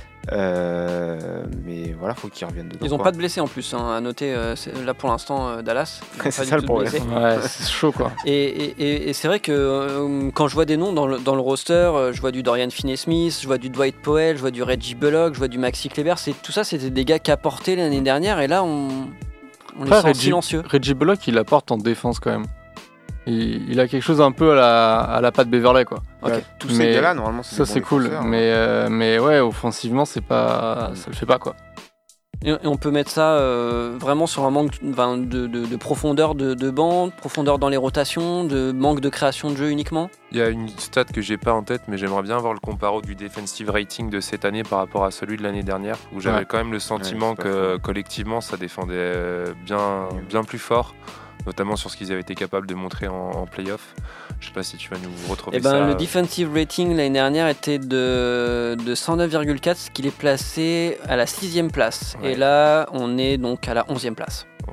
Speaker 5: Mais voilà, faut qu'ils reviennent dedans.
Speaker 3: Ils n'ont pas de blessés en plus, à noter. Là pour l'instant, Dallas.
Speaker 5: C'est ça le problème.
Speaker 6: Ouais, c'est chaud quoi.
Speaker 3: Et c'est vrai que quand je vois des noms dans le roster, je vois du Dorian Finney-Smith, je vois du Dwight Powell, je vois du Reggie Bullock, je vois du Maxi Kleber. Tout ça, c'était des gars qui apportaient l'année dernière, et là on est sent silencieux.
Speaker 6: Reggie Bullock, il apporte en défense quand même. Il a quelque chose un peu à la Pat Beverley quoi.
Speaker 5: Okay. Tous ces gars-là normalement c'est
Speaker 6: ça, c'est cool, mais ouais, offensivement c'est pas, ça le fait pas quoi.
Speaker 3: Et on peut mettre ça vraiment sur un manque de profondeur de banc, profondeur dans les rotations, de manque de création de jeu uniquement.
Speaker 4: Il y a une stat que j'ai pas en tête, mais j'aimerais bien voir le comparo du defensive rating de cette année par rapport à celui de l'année dernière, où j'avais quand même le sentiment que collectivement ça défendait bien plus fort, notamment sur ce qu'ils avaient été capables de montrer en play-off. Je sais pas si tu vas nous retrouver ça.
Speaker 3: Le defensive rating l'année dernière était de 109,4, ce qui est placé à la 6e place. Ouais. Et là, on est donc à la 11e place.
Speaker 4: Ouais.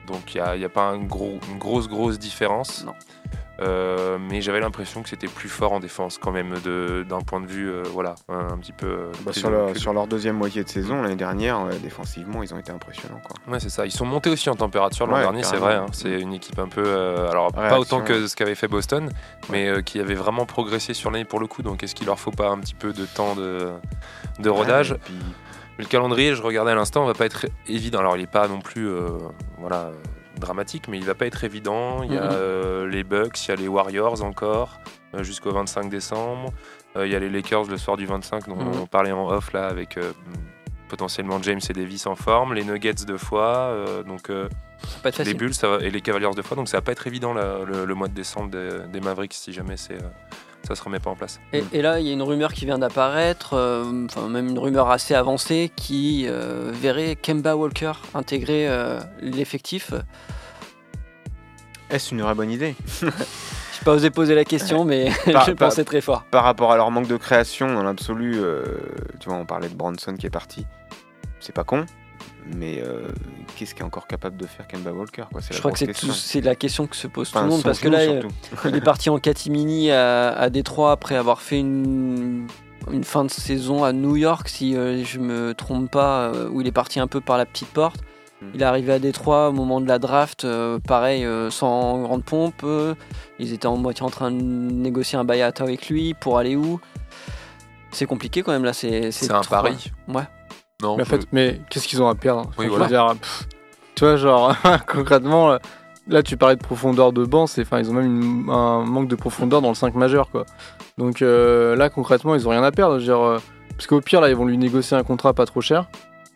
Speaker 4: Donc il n'y a pas une grosse différence.
Speaker 3: Non.
Speaker 4: Mais j'avais l'impression que c'était plus fort en défense quand même d'un point de vue un petit peu
Speaker 5: sur leur deuxième moitié de saison l'année dernière, défensivement ils ont été impressionnants quoi.
Speaker 4: Ouais, c'est ça, ils sont montés aussi en température l'an dernier, c'est vrai, c'est une équipe un peu pas autant que ce qu'avait fait Boston, mais qui avait vraiment progressé sur l'année pour le coup, donc est-ce qu'il leur faut pas un petit peu de temps de rodage?
Speaker 5: Puis...
Speaker 4: Le calendrier, je regardais à l'instant, va pas être évident, alors il est pas non plus dramatique, mais il va pas être évident. Il y a les Bucks, il y a les Warriors encore jusqu'au 25 décembre. Il y a les Lakers le soir du 25 dont on parlait en off là avec potentiellement James et Davis en forme, les Nuggets 2 fois, les Bulls et les Cavaliers 2 fois. Donc ça va pas être évident là, le mois de décembre des Mavericks si jamais ça se remet pas en place.
Speaker 3: Et là, il y a une rumeur qui vient d'apparaître, même une rumeur assez avancée, qui verrait Kemba Walker intégrer l'effectif.
Speaker 5: Est-ce une vraie bonne idée?
Speaker 3: Je n'ai pas osé poser la question, mais je pensais très fort.
Speaker 5: Par rapport à leur manque de création, dans l'absolu, tu vois, on parlait de Bronson qui est parti. C'est pas con. Mais qu'est-ce qui est encore capable de faire Kemba Walker quoi?
Speaker 3: Je crois que c'est la question que se pose tout le monde, parce que là, il est parti en catimini à Détroit après avoir fait une fin de saison à New York, si je me trompe pas, où il est parti un peu par la petite porte. Il est arrivé à Détroit au moment de la draft, pareil, sans grande pompe. Ils étaient en moitié en train de négocier un buyout avec lui pour aller où? C'est compliqué quand même là. C'est
Speaker 4: un pari.
Speaker 3: Ouais.
Speaker 4: Non,
Speaker 6: mais qu'est-ce qu'ils ont à perdre?
Speaker 4: Oui, voilà.
Speaker 6: Tu vois, genre, concrètement, là, tu parlais de profondeur de banc, ils ont même un manque de profondeur dans le 5 majeur, quoi. Donc là, concrètement, ils ont rien à perdre. Parce qu'au pire, là, ils vont lui négocier un contrat pas trop cher.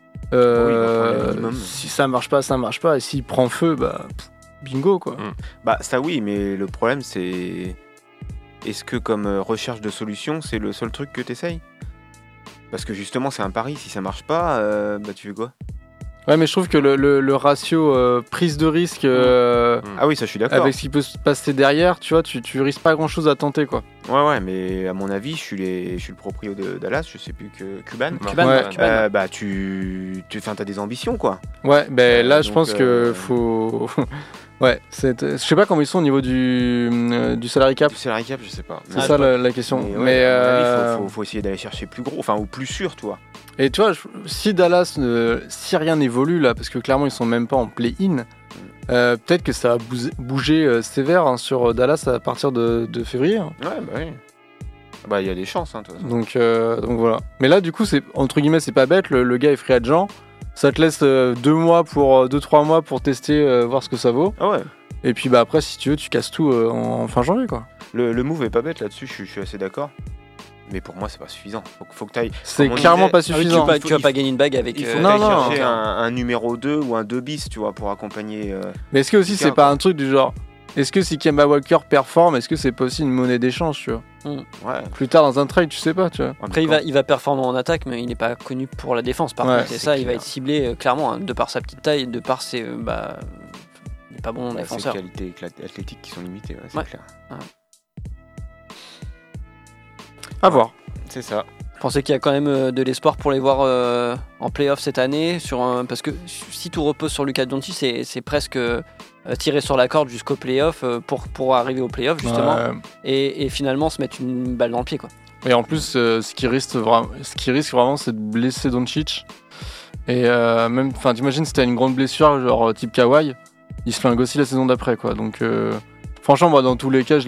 Speaker 6: Si ça marche pas, ça marche pas. Et s'il prend feu, bingo, quoi.
Speaker 5: Bah, ça oui, mais le problème, c'est... Est-ce que, comme recherche de solution, c'est le seul truc que t'essayes? Parce que justement, c'est un pari. Si ça marche pas, tu fais quoi?
Speaker 6: Ouais, mais je trouve que le ratio prise de risque
Speaker 5: ah oui, ça je suis d'accord.
Speaker 6: avec ce qui peut se passer derrière, tu vois, tu risques pas grand chose à tenter quoi.
Speaker 5: Ouais, mais à mon avis, je suis le proprio de Dallas, je sais plus que Cuban.
Speaker 3: Cuban.
Speaker 5: Bah t'as des ambitions quoi.
Speaker 6: Ouais, là je pense que faut. Ouais, je sais pas comment ils sont au niveau du salary cap.
Speaker 5: Du salary cap, je sais pas.
Speaker 6: C'est ça la question. Mais
Speaker 5: à mon avis, faut essayer d'aller chercher plus gros, ou plus sûr, toi.
Speaker 6: Et tu vois, si Dallas, si rien n'évolue là, parce que clairement ils sont même pas en play-in, peut-être que ça va bouger sévère sur Dallas à partir de février.
Speaker 5: Ouais, bah oui. Bah il y a des chances, de toute façon.
Speaker 6: Donc voilà. Mais là, du coup, c'est entre guillemets, c'est pas bête. Le gars est free agent. Ça te laisse 2-3 mois pour tester, voir ce que ça vaut.
Speaker 5: Ah ouais.
Speaker 6: Et puis après, si tu veux, tu casses tout en fin janvier, quoi.
Speaker 5: Le move est pas bête là-dessus, je suis assez d'accord. Mais pour moi, c'est pas suffisant. Faut que t'ailles.
Speaker 6: C'est clairement pas suffisant.
Speaker 3: Tu vas pas gagner une bague avec.
Speaker 5: Il faut chercher un numéro 2 ou un 2 bis, tu vois, pour accompagner.
Speaker 6: Mais est-ce que aussi, c'est pas un truc du genre. Est-ce que si Kemba Walker performe, est-ce que c'est pas aussi une monnaie d'échange, tu vois?
Speaker 5: Ouais.
Speaker 6: Plus tard dans un trade, tu sais pas, tu vois.
Speaker 3: Après, il va performer en attaque, mais il n'est pas connu pour la défense. Par contre, c'est ça, il va être ciblé clairement, de par sa petite taille, de par ses. Il n'est pas bon défenseur.
Speaker 5: Ses qualités athlétiques qui sont limitées, c'est clair. Ouais.
Speaker 6: À voir.
Speaker 5: C'est ça.
Speaker 3: Je pensais qu'il y a quand même de l'espoir pour les voir en play-off cette année, parce que si tout repose sur Luka Doncic, c'est presque tirer sur la corde jusqu'au play-off pour arriver au play-off justement, et finalement se mettre une balle dans le pied, quoi.
Speaker 6: Et en plus, ce qui risque vraiment, c'est de blesser Doncic. Et même, t'imagines si t'as une grande blessure, genre type Kawhi, il se flingue aussi la saison d'après, quoi. Donc, franchement, moi, dans tous les cas, je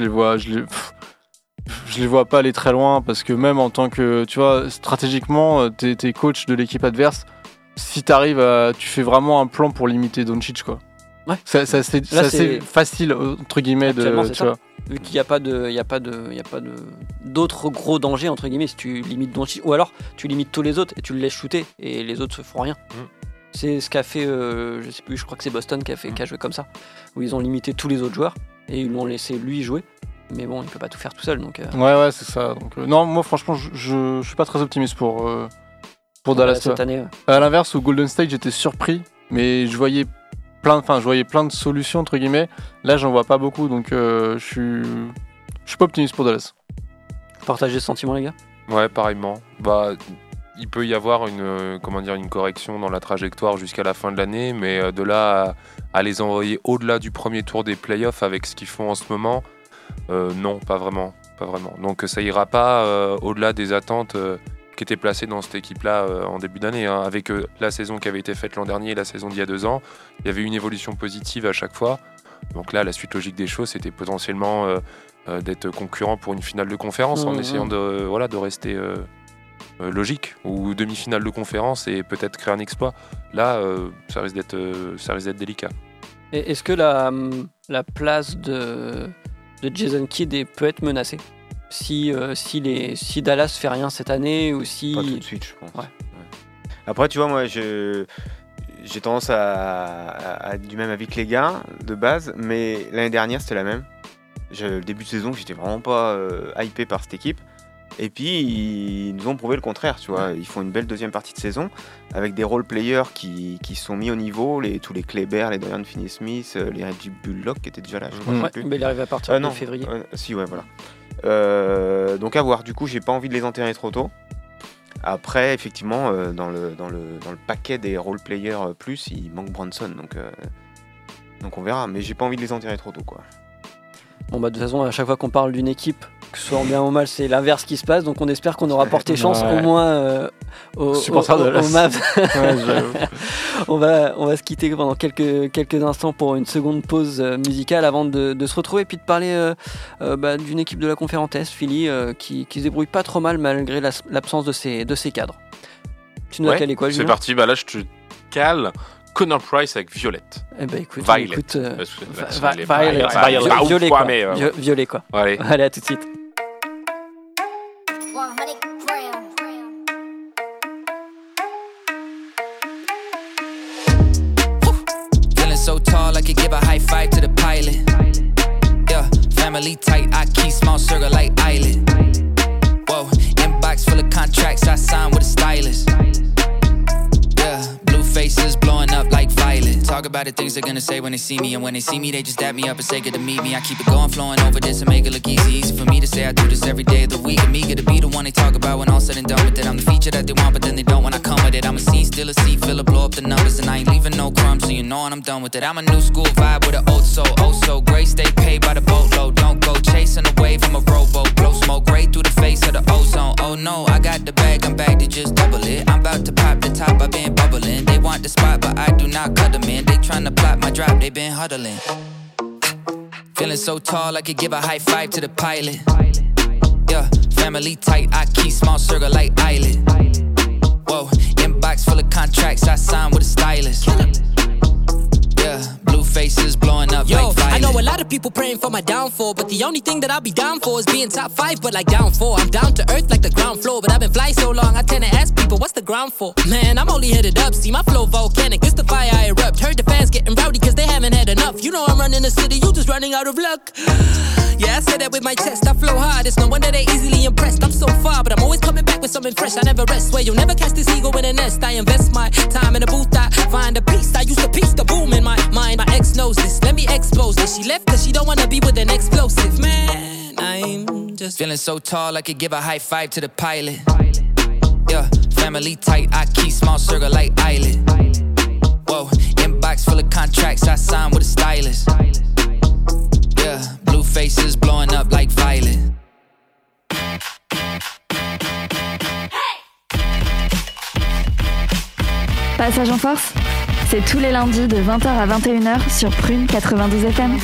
Speaker 6: les vois pas aller très loin, parce que même en tant que, tu vois, stratégiquement, t'es coach de l'équipe adverse, si tu fais vraiment un plan pour limiter Doncic, quoi.
Speaker 3: Ouais.
Speaker 6: C'est assez facile, entre guillemets, tu vois.
Speaker 3: Vu qu'il n'y a pas d'autres gros dangers, entre guillemets, si tu limites Doncic, ou alors tu limites tous les autres et tu le laisses shooter et les autres se font rien. C'est ce qu'a fait, je sais plus, je crois que c'est Boston qui a joué comme ça, où ils ont limité tous les autres joueurs et ils l'ont laissé lui jouer. Mais bon, il peut pas tout faire tout seul, donc.
Speaker 6: Ouais, c'est ça. Donc, non, moi franchement, je suis pas très optimiste pour Dallas
Speaker 3: cette année. Ouais.
Speaker 6: À l'inverse, au Golden State, j'étais surpris, mais je voyais plein de solutions entre guillemets. Là, j'en vois pas beaucoup, donc je suis pas optimiste pour Dallas.
Speaker 3: Partagez ce sentiment, les gars.
Speaker 4: Ouais, pareillement. il peut y avoir une correction dans la trajectoire jusqu'à la fin de l'année, mais de là à les envoyer au-delà du premier tour des playoffs avec ce qu'ils font en ce moment, non, pas vraiment. Donc ça ira pas au-delà des attentes qui étaient placées dans cette équipe-là en début d'année. Hein. Avec la saison qui avait été faite l'an dernier et la saison d'il y a 2 ans, il y avait une évolution positive à chaque fois. Donc là, la suite logique des choses, c'était potentiellement d'être concurrent pour une finale de conférence en essayant de rester logique, ou demi-finale de conférence et peut-être créer un exploit. Là, ça risque d'être délicat.
Speaker 3: Et est-ce que la place de Jason Kidd peut être menacée si Dallas fait rien cette année, ou si...
Speaker 5: Pas tout de suite, je pense.
Speaker 3: Ouais.
Speaker 5: Après, tu vois, moi, j'ai tendance à être du même avis que les gars, de base, mais l'année dernière, c'était la même. Le début de saison, j'étais vraiment pas hypé par cette équipe. Et puis, ils nous ont prouvé le contraire, tu vois. Ils font une belle deuxième partie de saison, avec des role-players qui sont mis au niveau, tous les Kleber, les Dorian Finney-Smith, les Reggie Bullock qui étaient déjà là, je crois.
Speaker 3: Ouais, mais il arrive à partir de février.
Speaker 5: Si, ouais, voilà. Donc à voir, du coup, j'ai pas envie de les enterrer trop tôt. Après, effectivement, dans le paquet des role-players plus, il manque Brunson, donc on verra. Mais j'ai pas envie de les enterrer trop tôt, quoi.
Speaker 3: Bon, bah, de toute façon, à chaque fois qu'on parle d'une équipe, que ce soit en bien ou en mal, c'est l'inverse qui se passe. Donc on espère qu'on aura porté chance au moins aux Mavs. On va se quitter pendant quelques instants pour une seconde pause musicale avant de se retrouver et puis de parler d'une équipe de la conférence Est, Philly, qui se débrouille pas trop mal malgré l'absence de ses cadres. Tu nous as calé quoi, Julien ?
Speaker 7: C'est parti, là je te cale Connor Price avec Violette.
Speaker 3: Eh ben écoute, Violet quoi. Allez, à tout de suite.
Speaker 9: Feeling so tall, I could give a high five to the pilot. Yeah, family tight, I keep small circle like island. Whoa, inbox full of contracts, I sign with a stylist. Faces blowing up like violet. Talk about the things they're gonna say when they see me, and when they see me, they just dab me up and say good to meet me. I keep it going, flowing over this and make it look easy. Easy for me to say I do this every day of the week. I'm eager to be the one they talk about when all said and done with it. I'm the feature that they want, but then they don't when I come with it. I'm a scene, still a seat, filler, blow up the numbers, and I ain't leaving no crumbs, so you know when I'm done with it. I'm a new school vibe with an old soul, oh so great. Stay paid by the boatload, don't go chasing a wave. I'm a rowboat, blow smoke right through the face of the ozone. Oh no, I got the bag, I'm back to just double it. I'm about to pop the top, I've been bubbling. They want the spot, but I do not cut them in. They tryna plot my drop, they been huddling. Feeling so tall, I could give a high five to the pilot. Yeah, family tight, I keep small circle like island. Whoa, inbox full of contracts, I sign with a stylist. Yeah, blue faces blowing up like violet.
Speaker 10: I know a lot of people praying for my downfall, but the only thing that I'll be down for is being top 5, but like down 4. I'm down to earth like the ground floor, but I've been flying so long, I tend to ask people, what's the ground for? Man, I'm only headed up, see my flow volcanic, it's the fire I erupt. Heard the fans getting rowdy cause they haven't had enough. You know I'm running the city, you just running out of luck. Yeah, I said that with my chest, I flow hard, it's no wonder they easily impressed. I'm so far, but I'm always coming back with something fresh. I never rest, swear you'll never catch this eagle in a nest. I invest my time in the booth, I find a piece. I used to piece the boom in my mind. My ex knows this, let me expose this. She left cause she don't wanna be with an explosive. Man, I'm just
Speaker 9: feeling so tall, I could give a high five to the pilot. Yeah, family tight, I keep small circle like island. Whoa, inbox full of contracts, I sign with a stylist. Yeah, blue faces blowing up like violet.
Speaker 2: Passage en force, c'est tous les lundis de 20h à 21h sur Prune 92 FM.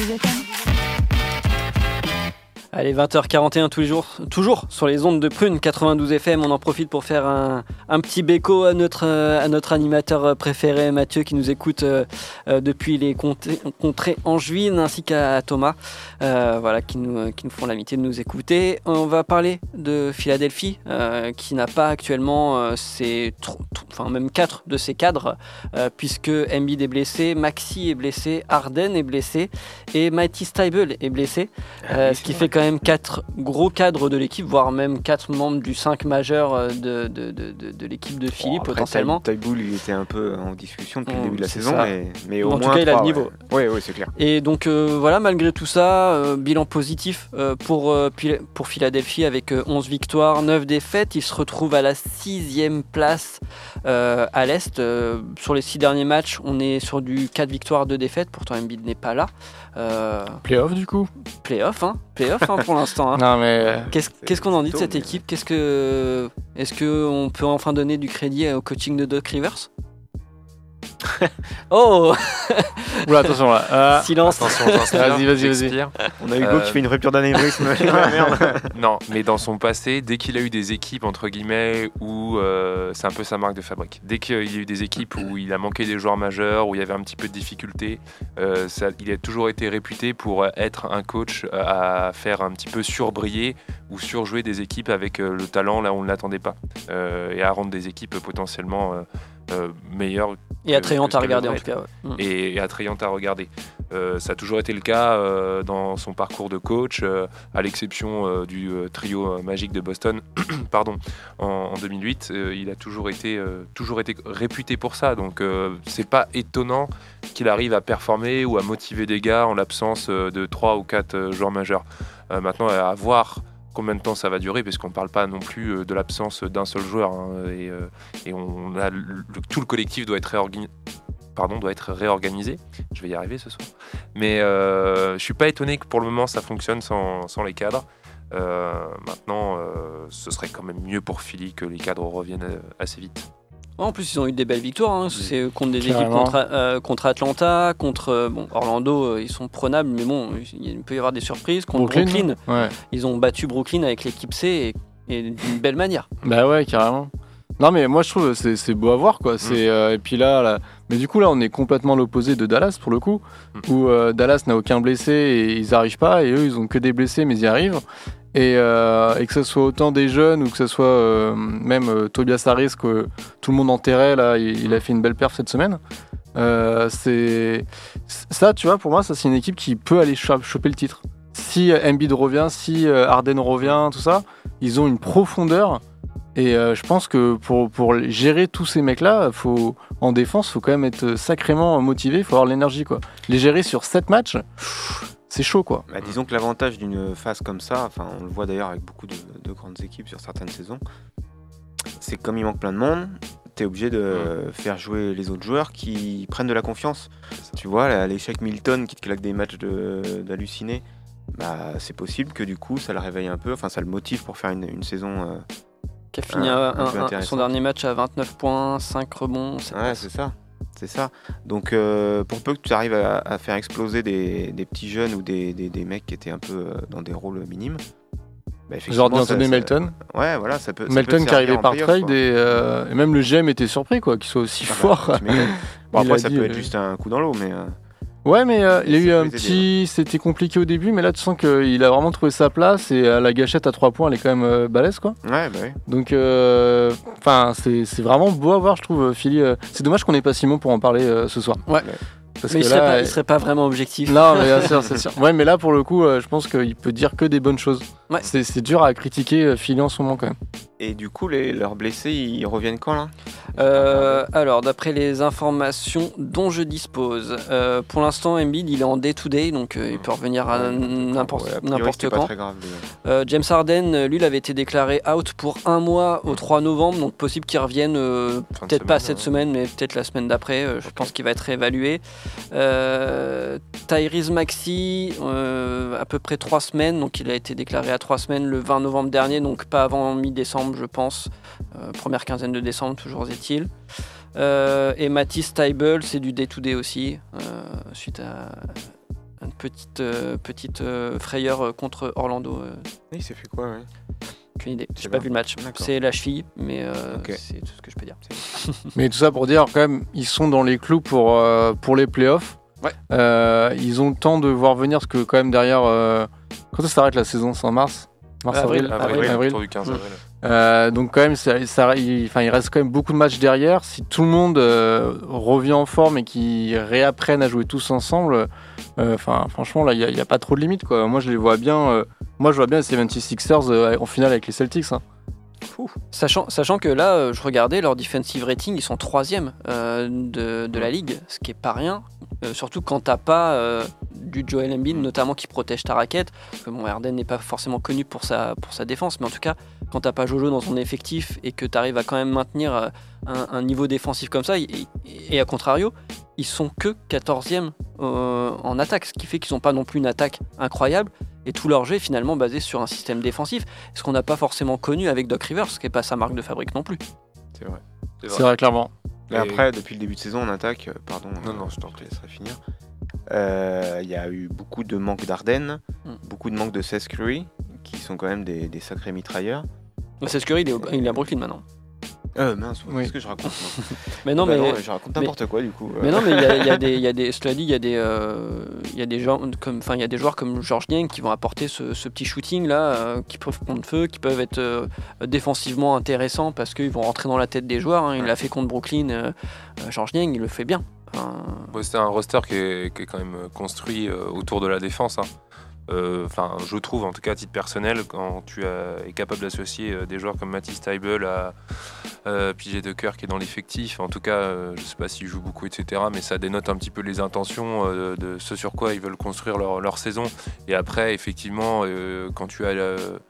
Speaker 3: Allez, 20h41 tous les jours, toujours sur les ondes de Prune 92 FM. On en profite pour faire un petit béco à notre animateur préféré, Mathieu, qui nous écoute depuis les contrées angevines, ainsi qu'à Thomas, qui nous font l'amitié de nous écouter. On va parler de Philadelphie, qui n'a pas actuellement même 4 de ses cadres, puisque Embiid est blessé, Maxey est blessé, Harden est blessé et Matisse Thybulle est blessé, ce qui fait quand quand même 4 gros cadres de l'équipe, voire même 4 membres du 5 majeur de l'équipe de Philly potentiellement.
Speaker 5: Taiboul, il était un peu en discussion depuis le début de la saison, mais au
Speaker 3: en
Speaker 5: moins
Speaker 3: tout cas, il a le niveau.
Speaker 5: Oui, c'est clair.
Speaker 3: Et donc voilà, malgré tout ça, bilan positif pour Philadelphie avec 11 victoires, 9 défaites. Il se retrouve à la 6e place à l'Est. Sur les 6 derniers matchs, on est sur du 4 victoires, 2 défaites. Pourtant, Embiid n'est pas là.
Speaker 6: Playoff du coup.
Speaker 3: Playoff pour l'instant.
Speaker 6: Non mais
Speaker 3: qu'est-ce qu'on en dit de cette équipe ? Est-ce qu'on peut enfin donner du crédit au coaching de Doc Rivers ? Oh.
Speaker 6: Oula, attention là.
Speaker 3: Silence.
Speaker 4: Attention,
Speaker 6: vas-y.
Speaker 5: On a Hugo qui fait une rupture d'anévrisme.
Speaker 4: Non, mais dans son passé, dès qu'il a eu des équipes entre guillemets où c'est un peu sa marque de fabrique. Dès qu'il y a eu des équipes où il a manqué des joueurs majeurs, où il y avait un petit peu de difficulté, il a toujours été réputé pour être un coach à faire un petit peu surbriller ou surjouer des équipes avec le talent là où on ne l'attendait pas, et à rendre des équipes potentiellement meilleures.
Speaker 3: Et attrayantes à regarder en tout cas. Ouais.
Speaker 4: Et attrayantes à regarder. Ça a toujours été le cas dans son parcours de coach, à l'exception du trio magique de Boston en 2008. Il a toujours été réputé pour ça. Donc c'est pas étonnant qu'il arrive à performer ou à motiver des gars en l'absence de 3 ou 4 joueurs majeurs. Maintenant, à voir combien de temps ça va durer, parce qu'on ne parle pas non plus de l'absence d'un seul joueur, et on a tout le collectif doit être réorganisé. Je vais y arriver ce soir. Mais je suis pas étonné que pour le moment ça fonctionne sans les cadres. Maintenant, ce serait quand même mieux pour Philly que les cadres reviennent assez vite.
Speaker 3: En plus, ils ont eu des belles victoires. C'est contre des équipes contre Atlanta, contre Orlando, ils sont prenables, mais bon, il peut y avoir des surprises. Contre Brooklyn, ils ont battu Brooklyn avec l'équipe C et d'une belle manière.
Speaker 6: Bah ouais, carrément. Non, mais moi je trouve que c'est beau à voir, quoi. Et puis là, mais du coup là, on est complètement l'opposé de Dallas pour le coup, où Dallas n'a aucun blessé et ils arrivent pas, et eux ils ont que des blessés mais ils y arrivent. Et que ce soit autant des jeunes ou que ce soit même Tobias Harris que tout le monde enterrait là, il a fait une belle perf cette semaine. C'est ça, tu vois, pour moi ça c'est une équipe qui peut aller choper le titre. Si Embiid revient, si Harden revient, tout ça, ils ont une profondeur. Et je pense que pour gérer tous ces mecs-là, en défense, il faut quand même être sacrément motivé, il faut avoir l'énergie, quoi. Les gérer sur 7 matchs, c'est chaud, quoi.
Speaker 5: Bah, disons que l'avantage d'une phase comme ça, on le voit d'ailleurs avec beaucoup de grandes équipes sur certaines saisons, c'est que comme il manque plein de monde, tu es obligé de faire jouer les autres joueurs qui prennent de la confiance. Tu vois, l'échec Milton qui te claque des matchs d'halluciner, bah, c'est possible que du coup ça le réveille un peu, ça le motive pour faire une saison...
Speaker 3: qui a fini son dernier match à 29 points, 5 rebonds.
Speaker 5: Ouais, c'est ça. Donc pour peu que tu arrives à faire exploser des petits jeunes ou des mecs qui étaient un peu dans des rôles minimes,
Speaker 6: genre d'Anthony Melton.
Speaker 5: Ouais, voilà, ça peut.
Speaker 6: Melton qui arrivait par trade, et même le GM était surpris, quoi, qu'il soit aussi fort.
Speaker 5: Bon, après ça peut être juste un coup dans l'eau, mais.
Speaker 6: Ouais, mais il a eu un petit... C'était compliqué au début, mais là tu sens qu'il a vraiment trouvé sa place, et la gâchette à 3 points elle est quand même balèze, quoi.
Speaker 5: Ouais, bah oui.
Speaker 6: Donc c'est vraiment beau à voir, je trouve, Philly. C'est dommage qu'on n'ait pas Simon pour en parler ce soir.
Speaker 3: Ouais. Parce mais il serait pas vraiment objectif.
Speaker 6: Non, mais bien sûr, c'est sûr. Ouais, mais là pour le coup, je pense qu'il peut dire que des bonnes choses. Ouais. C'est dur à critiquer Philly en ce moment quand même.
Speaker 5: Et du coup, leurs blessés, ils reviennent quand là ?
Speaker 3: Alors, d'après les informations dont je dispose, pour l'instant, Embiid, il est en day-to-day, donc il peut revenir à n'importe quand.
Speaker 5: Pas très grave,
Speaker 3: James Harden, lui, il avait été déclaré out pour 1 mois au 3 novembre, donc possible qu'il revienne, peut-être pas cette semaine, mais peut-être la semaine d'après. Je pense qu'il va être réévalué. Tyrese Maxey, à peu près 3 semaines, donc il a été déclaré à 3 semaines le 20 novembre dernier, donc pas avant mi-décembre, je pense. Première quinzaine de décembre, toujours est-il. Et Matisse Thybulle, c'est du day-to-day aussi, suite à une petite frayeur contre Orlando.
Speaker 5: Il s'est fait quoi, ouais.
Speaker 3: Aucune idée, j'ai pas vu le match. D'accord. C'est la cheville, mais c'est tout ce que je peux dire.
Speaker 6: Mais tout ça pour dire, quand même, ils sont dans les clous pour les playoffs.
Speaker 3: Ouais.
Speaker 6: Ils ont le temps de voir venir, parce que quand même derrière... quand ça s'arrête la saison, c'est en mars avril.
Speaker 4: Autour du 15 avril.
Speaker 6: Donc quand même, il reste quand même beaucoup de matchs derrière. Si tout le monde revient en forme et qu'ils réapprennent à jouer tous ensemble, franchement, là, il n'y a pas trop de limites, quoi. Moi, je les vois bien Moi, je vois bien les 76ers en finale avec les Celtics. Hein.
Speaker 3: Sachant que là, je regardais leur defensive rating, ils sont 3e de la ligue, ce qui est pas rien. Surtout quand t'as pas du Joel Embiid, notamment qui protège ta raquette. Parce que Harden n'est pas forcément connu pour sa défense, mais en tout cas, quand t'as pas Jojo dans ton effectif et que t'arrives à quand même maintenir un niveau défensif comme ça, et à contrario, ils sont que 14e en attaque, ce qui fait qu'ils n'ont pas non plus une attaque incroyable. Et tout leur jeu est finalement basé sur un système défensif, ce qu'on n'a pas forcément connu avec Doc Rivers, ce qui n'est pas sa marque de fabrique non plus.
Speaker 6: C'est vrai, clairement.
Speaker 5: Et après, depuis le début de saison en attaque, je t'en laisserai finir. Il y a eu beaucoup de manque d'Harden, beaucoup de manque de Seth Curry, qui sont quand même des sacrés mitrailleurs.
Speaker 3: Seth Curry, il est à Brooklyn maintenant.
Speaker 5: Mince,
Speaker 3: oui.
Speaker 5: Qu'est-ce que je raconte
Speaker 3: mais non,
Speaker 5: je raconte n'importe quoi du coup.
Speaker 3: Mais non, mais il y a des joueurs comme George Niang qui vont apporter ce petit shooting là, qui peuvent prendre feu, qui peuvent être défensivement intéressants parce qu'ils vont rentrer dans la tête des joueurs. Hein. Il l'a fait contre Brooklyn, George Niang, il le fait bien.
Speaker 4: C'est un roster qui est quand même construit autour de la défense. Hein. Je trouve, en tout cas à titre personnel, quand tu es capable d'associer des joueurs comme Matisse Thybulle à PJ Tucker qui est dans l'effectif, en tout cas, je sais pas s'il joue beaucoup, etc., mais ça dénote un petit peu les intentions de ce sur quoi ils veulent construire leur saison. Et après, effectivement, quand tu as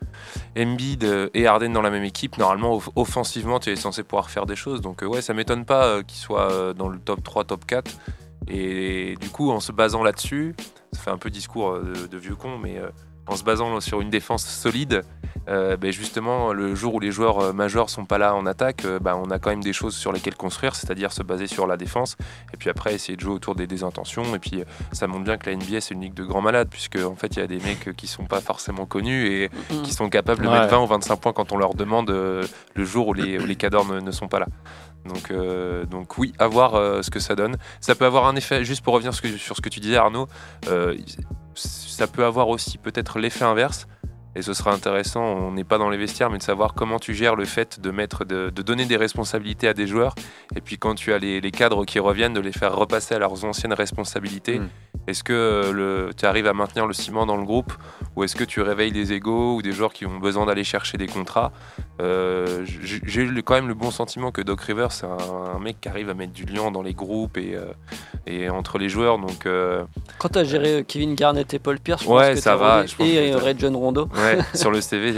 Speaker 4: Embiid et Harden dans la même équipe, normalement, offensivement, tu es censé pouvoir faire des choses. Donc ça m'étonne pas qu'ils soient dans le top 3, top 4. Et du coup, en se basant là-dessus, ça fait un peu discours de vieux con, mais en se basant sur une défense solide, justement, le jour où les joueurs majeurs sont pas là en attaque, on a quand même des choses sur lesquelles construire, c'est-à-dire se baser sur la défense, et puis après essayer de jouer autour des intentions. Et puis ça montre bien que la NBA c'est une ligue de grands malades, puisque en fait il y a des mecs qui sont pas forcément connus et qui sont capables de mettre 20 ou 25 points quand on leur demande le jour où les cadors ne sont pas là. Donc oui, à voir ce que ça donne. Ça peut avoir un effet, juste pour revenir sur ce que tu disais Arnaud, ça peut avoir aussi peut-être l'effet inverse, et ce sera intéressant, on n'est pas dans les vestiaires, mais de savoir comment tu gères le fait de donner des responsabilités à des joueurs, et puis quand tu as les cadres qui reviennent, de les faire repasser à leurs anciennes responsabilités. Est-ce que tu arrives à maintenir le ciment dans le groupe, ou est-ce que tu réveilles des égos ou des joueurs qui ont besoin d'aller chercher des contrats? J'ai eu quand même le bon sentiment que Doc Rivers c'est un mec qui arrive à mettre du lien dans les groupes et entre les joueurs. Donc,
Speaker 3: quand tu as géré Kevin Garnett et Paul Pierce, je
Speaker 4: pense
Speaker 3: que
Speaker 4: ça va.
Speaker 3: Et Rajon Rondo.
Speaker 4: Ouais, sur le CV,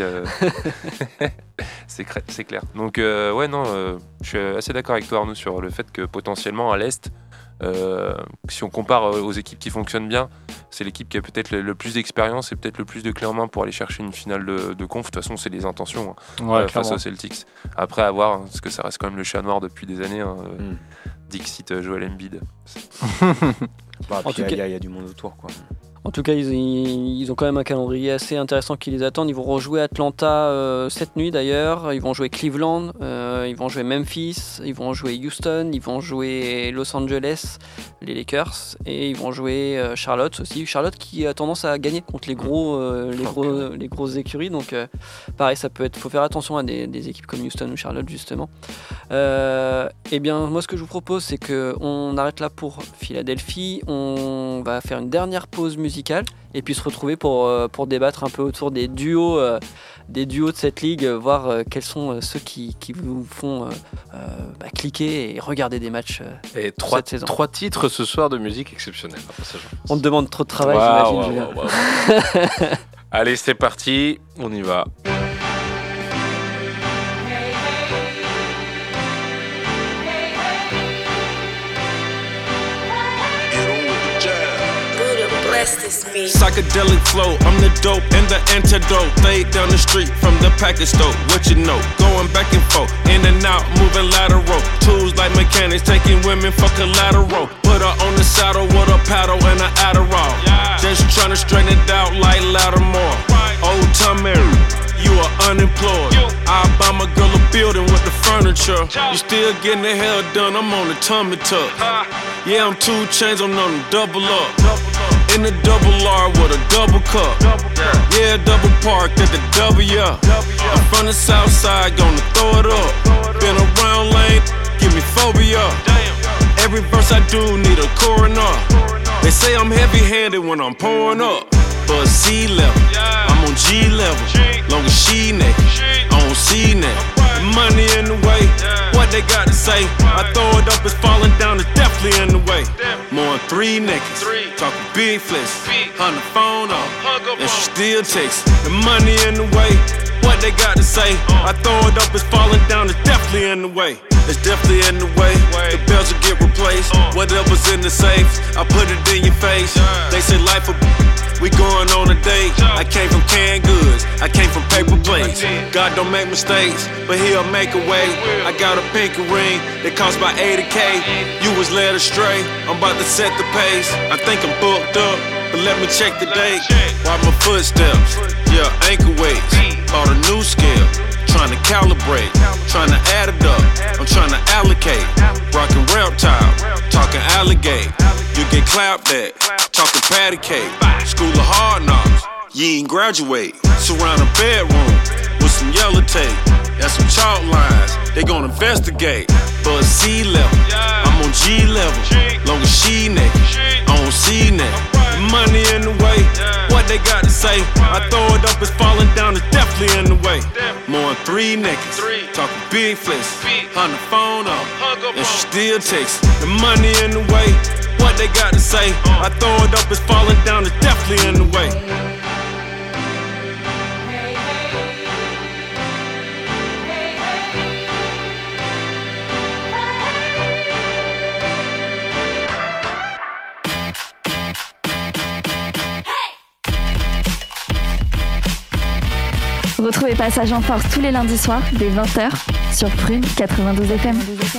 Speaker 4: c'est clair. Donc je suis assez d'accord avec toi Arnaud sur le fait que potentiellement à l'Est, si on compare aux équipes qui fonctionnent bien, c'est l'équipe qui a peut-être le plus d'expérience et peut-être le plus de clés en main pour aller chercher une finale de conf. De toute façon, c'est des intentions face aux Celtics. Après, à voir, parce que ça reste quand même le chat noir depuis des années. Dixit Joel Embiid.
Speaker 5: Il y a du monde autour, quoi.
Speaker 3: En tout cas, ils ont quand même un calendrier assez intéressant qui les attend. Ils vont rejouer Atlanta cette nuit d'ailleurs. Ils vont jouer Cleveland, ils vont jouer Memphis, ils vont jouer Houston, ils vont jouer Los Angeles, les Lakers, et ils vont jouer Charlotte aussi. Charlotte qui a tendance à gagner contre les grosses écuries. Donc pareil, faut faire attention à des équipes comme Houston ou Charlotte justement. Et bien moi ce que je vous propose c'est qu'on arrête là pour Philadelphie. On va faire une dernière pause musicale et puis se retrouver pour débattre un peu autour des duos de cette ligue, voir quels sont ceux qui vous font cliquer et regarder des matchs cette saison.
Speaker 7: 3 titres ce soir de musique exceptionnelle.
Speaker 3: On te demande trop de travail, j'imagine, Julien.
Speaker 7: Allez, c'est parti, on y va.
Speaker 11: Psychedelic flow, I'm the dope and the antidote. Laid down the street from the package store. What you know? Going back and forth, in and out, moving lateral. Tools like mechanics, taking women for collateral. Put her on the saddle with a paddle and an Adderall. Just tryna straighten it out like Lattimore. Old timer, you are unemployed. I buy my girl a building with the furniture. You still getting the hair done, I'm on the tummy tuck. Yeah, I'm 2 chains, I'm on the double up. In the double R with a double cup. Yeah, double parked at the W. I'm from the south side, gonna throw it up. Been around lane, give me phobia. Every verse I do need a coroner. They say I'm heavy-handed when I'm pouring up. But C level, I'm on on G level, long as she naked, I don't see that. Money in the way, what they got to say? I throw it up, it's falling down, it's definitely in the way. More than 3 niggas, talking big flex, on the phone off, and she still takes the money in the way. What they got to say? I throw it up, it's falling down, it's definitely in the way. It's definitely in the way. The bells will get replaced. Whatever's in the safe, I put it in your face. They say life a we going on a date. I came from canned goods, I came from paper plates. God don't make mistakes, but he'll make a way. I got a pinky ring that cost about 80K. You was led astray, I'm about to set the pace. I think I'm booked up, but let me check the date. Watch my footsteps, yeah, ankle weights. Bought a new scale, trying to calibrate, trying to add it up, I'm trying to allocate. Rockin' reptile, talking alligator. You get clapped at, talking patty cake. School of hard knocks, you ain't graduate. Surround a bedroom with some yellow tape. That's some chalk lines, they gon' investigate. But C level, I'm on G level. Long as she naked, I don't see that. Money in the way, what they got to say? I throw it up, it's falling down, it's definitely in the way. More than 3 niggas, talking big flex, on the phone off, and she still takes the money in the way. What they got to say? I throw it up, it's falling down, it's definitely in the way.
Speaker 2: Retrouvez Passage en Force tous les lundis soirs dès 20h sur Prune 92 FM.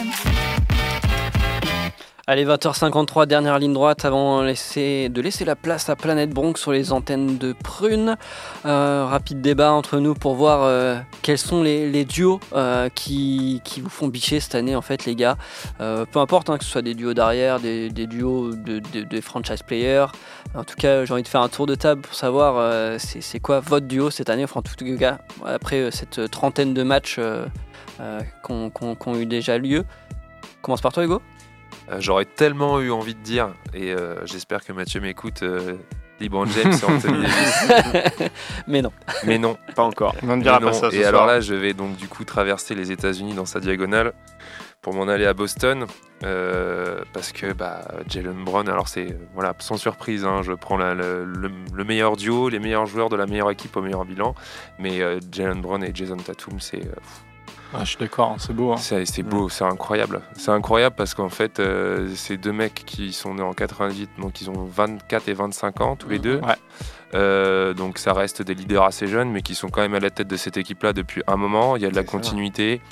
Speaker 3: Allez, 20h53, dernière ligne droite avant de laisser la place à Planète Bronx sur les antennes de Prune. Rapide débat entre nous pour voir quels sont les duos qui vous font bicher cette année, en fait, les gars. Peu importe, que ce soit des duos d'arrière, des duos de franchise players. En tout cas, j'ai envie de faire un tour de table pour savoir c'est quoi votre duo cette année. Enfin, en tout cas, après cette trentaine de matchs qui ont eu déjà lieu. Commence par toi, Hugo.
Speaker 4: J'aurais tellement eu envie de dire, et j'espère que Mathieu m'écoute, LeBron James et Anthony Davis.
Speaker 3: Mais non,
Speaker 5: pas encore.
Speaker 6: On ne dira pas ça ce
Speaker 4: et
Speaker 6: soir.
Speaker 4: alors là, je vais donc du coup traverser les États-Unis dans sa diagonale pour m'en aller à Boston, parce que Jaylen Brown, alors c'est sans surprise, je prends le meilleur duo, les meilleurs joueurs de la meilleure équipe au meilleur bilan, mais Jaylen Brown et Jason Tatum, c'est
Speaker 6: je suis d'accord, c'est beau.
Speaker 4: C'est beau, c'est incroyable. C'est incroyable parce qu'en fait, c'est 2 mecs qui sont nés en 88, donc ils ont 24 et 25 ans tous les deux.
Speaker 6: Ouais.
Speaker 4: Donc ça reste des leaders assez jeunes, mais qui sont quand même à la tête de cette équipe-là depuis un moment. Il y a de la continuité.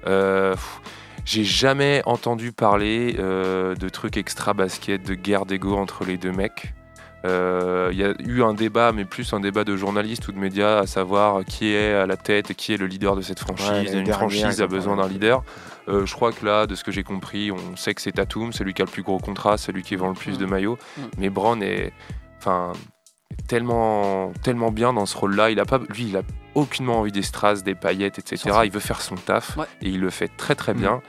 Speaker 4: J'ai jamais entendu parler de trucs extra basket, de guerre d'ego entre les 2 mecs. Il y a eu un débat, mais plus un débat de journalistes ou de médias, à savoir qui est à la tête et qui est le leader de cette franchise. Une franchise a besoin d'un leader. Je crois que là, de ce que j'ai compris, on sait que c'est Tatum, c'est lui qui a le plus gros contrat, c'est lui qui vend le plus de maillots. Mais Brown est tellement bien dans ce rôle-là. Il a aucunement envie des strass, des paillettes, etc. Il veut faire son taf et il le fait très très bien.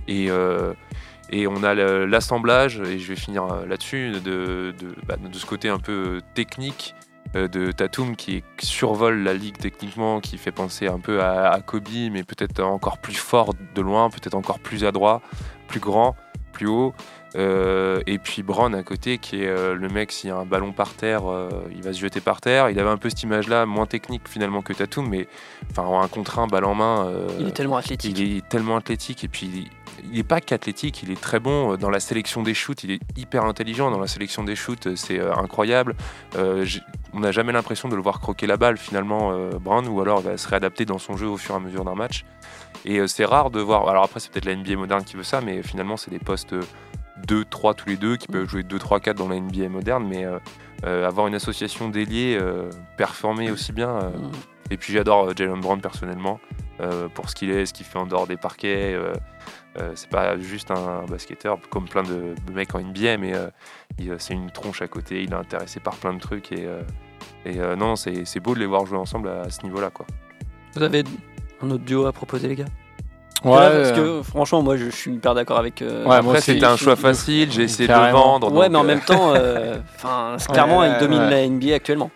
Speaker 4: Et on a l'assemblage, et je vais finir là-dessus, de ce côté un peu technique de Tatum qui survole la ligue techniquement, qui fait penser un peu à Kobe, mais peut-être encore plus fort de loin, peut-être encore plus adroit, plus grand, plus haut. Et puis Brown à côté, qui est le mec, s'il y a un ballon par terre, il va se jeter par terre. Il avait un peu cette image-là, moins technique finalement que Tatum, mais un contre un, balle en main.
Speaker 3: Il est tellement athlétique.
Speaker 4: Et puis il n'est pas qu'athlétique, il est très bon dans la sélection des shoots, il est hyper intelligent dans la sélection des shoots, c'est incroyable. On n'a jamais l'impression de le voir croquer la balle finalement, Brown, ou alors il va se réadapter dans son jeu au fur et à mesure d'un match. Et c'est rare de voir, alors après c'est peut-être la NBA moderne qui veut ça, mais finalement c'est des postes 2-3 tous les deux qui peuvent jouer 2-3-4 dans la NBA moderne, mais avoir une association d'ailiers performer aussi bien. Et puis j'adore Jaylen Brown personnellement, pour ce qu'il est, ce qu'il fait en dehors des parquets. C'est pas juste un basketteur comme plein de mecs en NBA, mais c'est une tronche à côté, il est intéressé par plein de trucs, et non, c'est beau de les voir jouer ensemble à ce niveau-là, quoi.
Speaker 3: Vous avez un autre duo à proposer, les gars?
Speaker 6: Ouais,
Speaker 3: parce que franchement, moi je suis hyper d'accord avec.
Speaker 4: Après, c'était un choix facile, j'ai essayé de le vendre.
Speaker 3: Ouais, mais en même temps, clairement, il domine la NBA actuellement.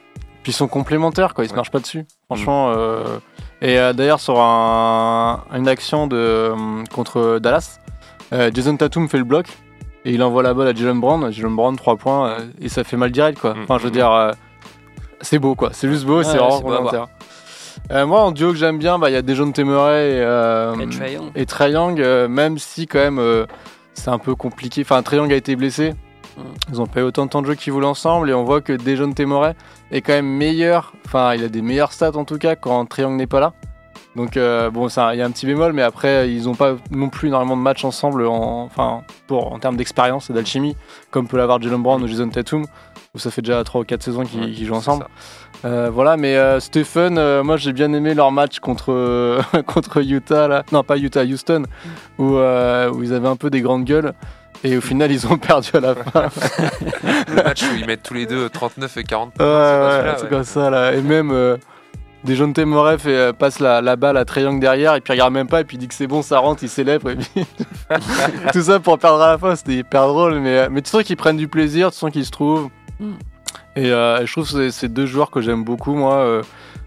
Speaker 6: Puis ils sont complémentaires, quoi. Ils se marchent pas dessus. Franchement. Et d'ailleurs, sur une action contre Dallas, Jason Tatum fait le bloc et il envoie la balle à Jaylen Brown. Jaylen Brown, 3 points, et ça fait mal direct, quoi. Enfin, je veux dire, c'est beau, quoi. C'est juste beau, c'est vraiment complémentaire. Moi, en duo que j'aime bien, il y a Dejounte Murray et Trae Young, même si quand même c'est un peu compliqué. Enfin, Trae Young a été blessé. Ils ont pas eu autant de temps de jeu qu'ils voulaient ensemble, et on voit que Dejounte Murray est quand même meilleur. Enfin, il a des meilleurs stats en tout cas quand Trae Young n'est pas là. Donc bon, il y a un petit bémol, mais après ils n'ont pas non plus énormément de matchs ensemble en termes d'expérience et d'alchimie, comme peut l'avoir Jaylen Brown ou Jason Tatum, où ça fait déjà 3 ou 4 saisons qu'ils jouent ensemble. Voilà, mais Stephen, moi j'ai bien aimé leur match contre Utah, là. Non, pas Utah, Houston, où ils avaient un peu des grandes gueules. Et au final, ils ont perdu à la fin.
Speaker 4: Le match où ils mettent tous les deux 39 et 40 points.
Speaker 6: Ouais, c'est comme ça, là. Et même Dejounte Murray passe la balle à Trae Young derrière, et puis il regarde même pas, et puis il dit que c'est bon, ça rentre, il célèbre. Et puis tout ça pour perdre à la fin, c'était hyper drôle. Mais tu sens qu'ils prennent du plaisir, tu sens qu'ils se trouvent. Et je trouve que c'est 2 joueurs que j'aime beaucoup, moi.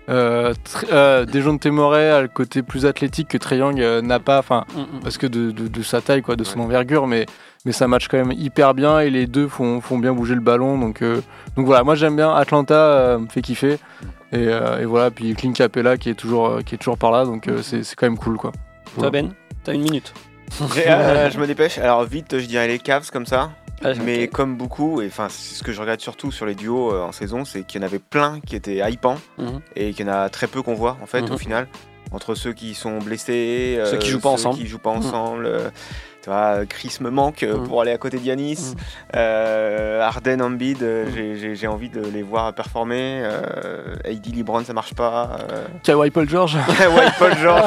Speaker 6: Dejounte Murray a le côté plus athlétique que Trae Young n'a pas, parce que de sa taille, quoi, de son envergure, mais ça match quand même hyper bien, et les deux font bien bouger le ballon, donc voilà, moi j'aime bien. Atlanta me fait kiffer, et voilà, puis Clint Capella qui est toujours par là, donc c'est quand même cool, quoi.
Speaker 3: Toi Ben, t'as 1 minute.
Speaker 5: Je me dépêche. Alors vite, je dirais les Cavs comme ça. Mais comme beaucoup, et c'est ce que je regrette surtout sur les duos en saison, c'est qu'il y en avait plein qui étaient hypants, et qu'il y en a très peu qu'on voit en fait au final, entre ceux qui sont blessés,
Speaker 3: ceux qui jouent pas ensemble.
Speaker 5: Tu vois, Chris me manque pour aller à côté de Giannis. Harden, Embiid, j'ai envie de les voir performer. AD, LeBron, ça marche pas.
Speaker 6: Kawhi Paul George.
Speaker 5: Kawhi Paul George,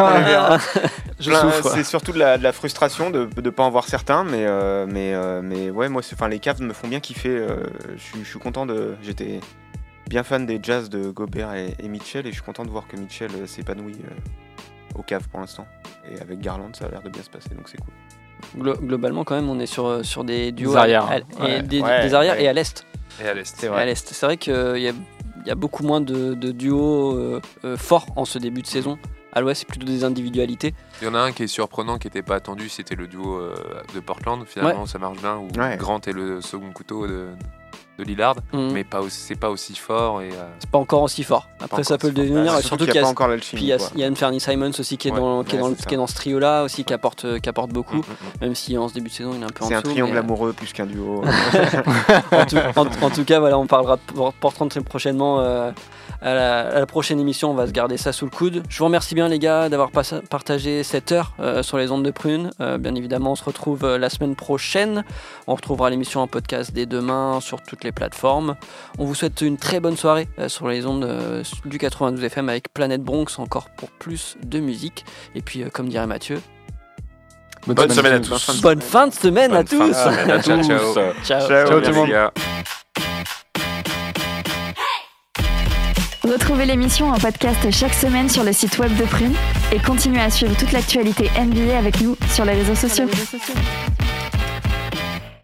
Speaker 6: je souffre.
Speaker 5: C'est surtout de la frustration de ne pas en voir certains, mais ouais, moi, les Cavs me font bien kiffer. Je suis content j'étais bien fan des Jazz de Gobert et Mitchell, et je suis content de voir que Mitchell s'épanouit au Cavs pour l'instant. Et avec Garland, ça a l'air de bien se passer, donc c'est cool.
Speaker 3: Globalement, quand même, on est sur des duos
Speaker 6: des arrières,
Speaker 3: des arrières et à l'est.
Speaker 4: Et à l'est,
Speaker 5: c'est vrai.
Speaker 3: C'est vrai qu'il y a beaucoup moins de duos forts en ce début de saison. À l'ouest, c'est plutôt des individualités.
Speaker 4: Il y en a un qui est surprenant, qui n'était pas attendu, c'était le duo de Portland. Finalement, ça marche bien, où Grant est le second couteau de Lillard, mais c'est pas aussi fort.
Speaker 3: C'est pas encore aussi fort. Après, ça peut le devenir.
Speaker 5: Surtout qu'il y a pas encore l'alchimie.
Speaker 3: Puis il y a Anthony Simons aussi qui est dans ce trio-là, aussi qui apporte beaucoup. Même si en ce début de saison, il est un peu en dessous.
Speaker 5: C'est un triangle amoureux plus qu'un duo.
Speaker 3: en tout cas, voilà, on parlera de Portland très prochainement. À la prochaine émission, on va se garder ça sous le coude. Je vous remercie bien les gars d'avoir partagé cette heure sur les ondes de Prune. Bien évidemment, on se retrouve la semaine prochaine. On retrouvera l'émission en podcast dès demain sur toutes les plateformes. On vous souhaite une très bonne soirée sur les ondes du 92 FM avec Planète Bronx, encore pour plus de musique. Et puis, comme dirait Mathieu,
Speaker 7: bonne semaine à tous.
Speaker 3: Bonne fin de semaine à tous.
Speaker 6: Ciao tout le monde.
Speaker 2: Retrouvez l'émission en podcast chaque semaine sur le site web de Prune et continuez à suivre toute l'actualité NBA avec nous sur les réseaux sociaux.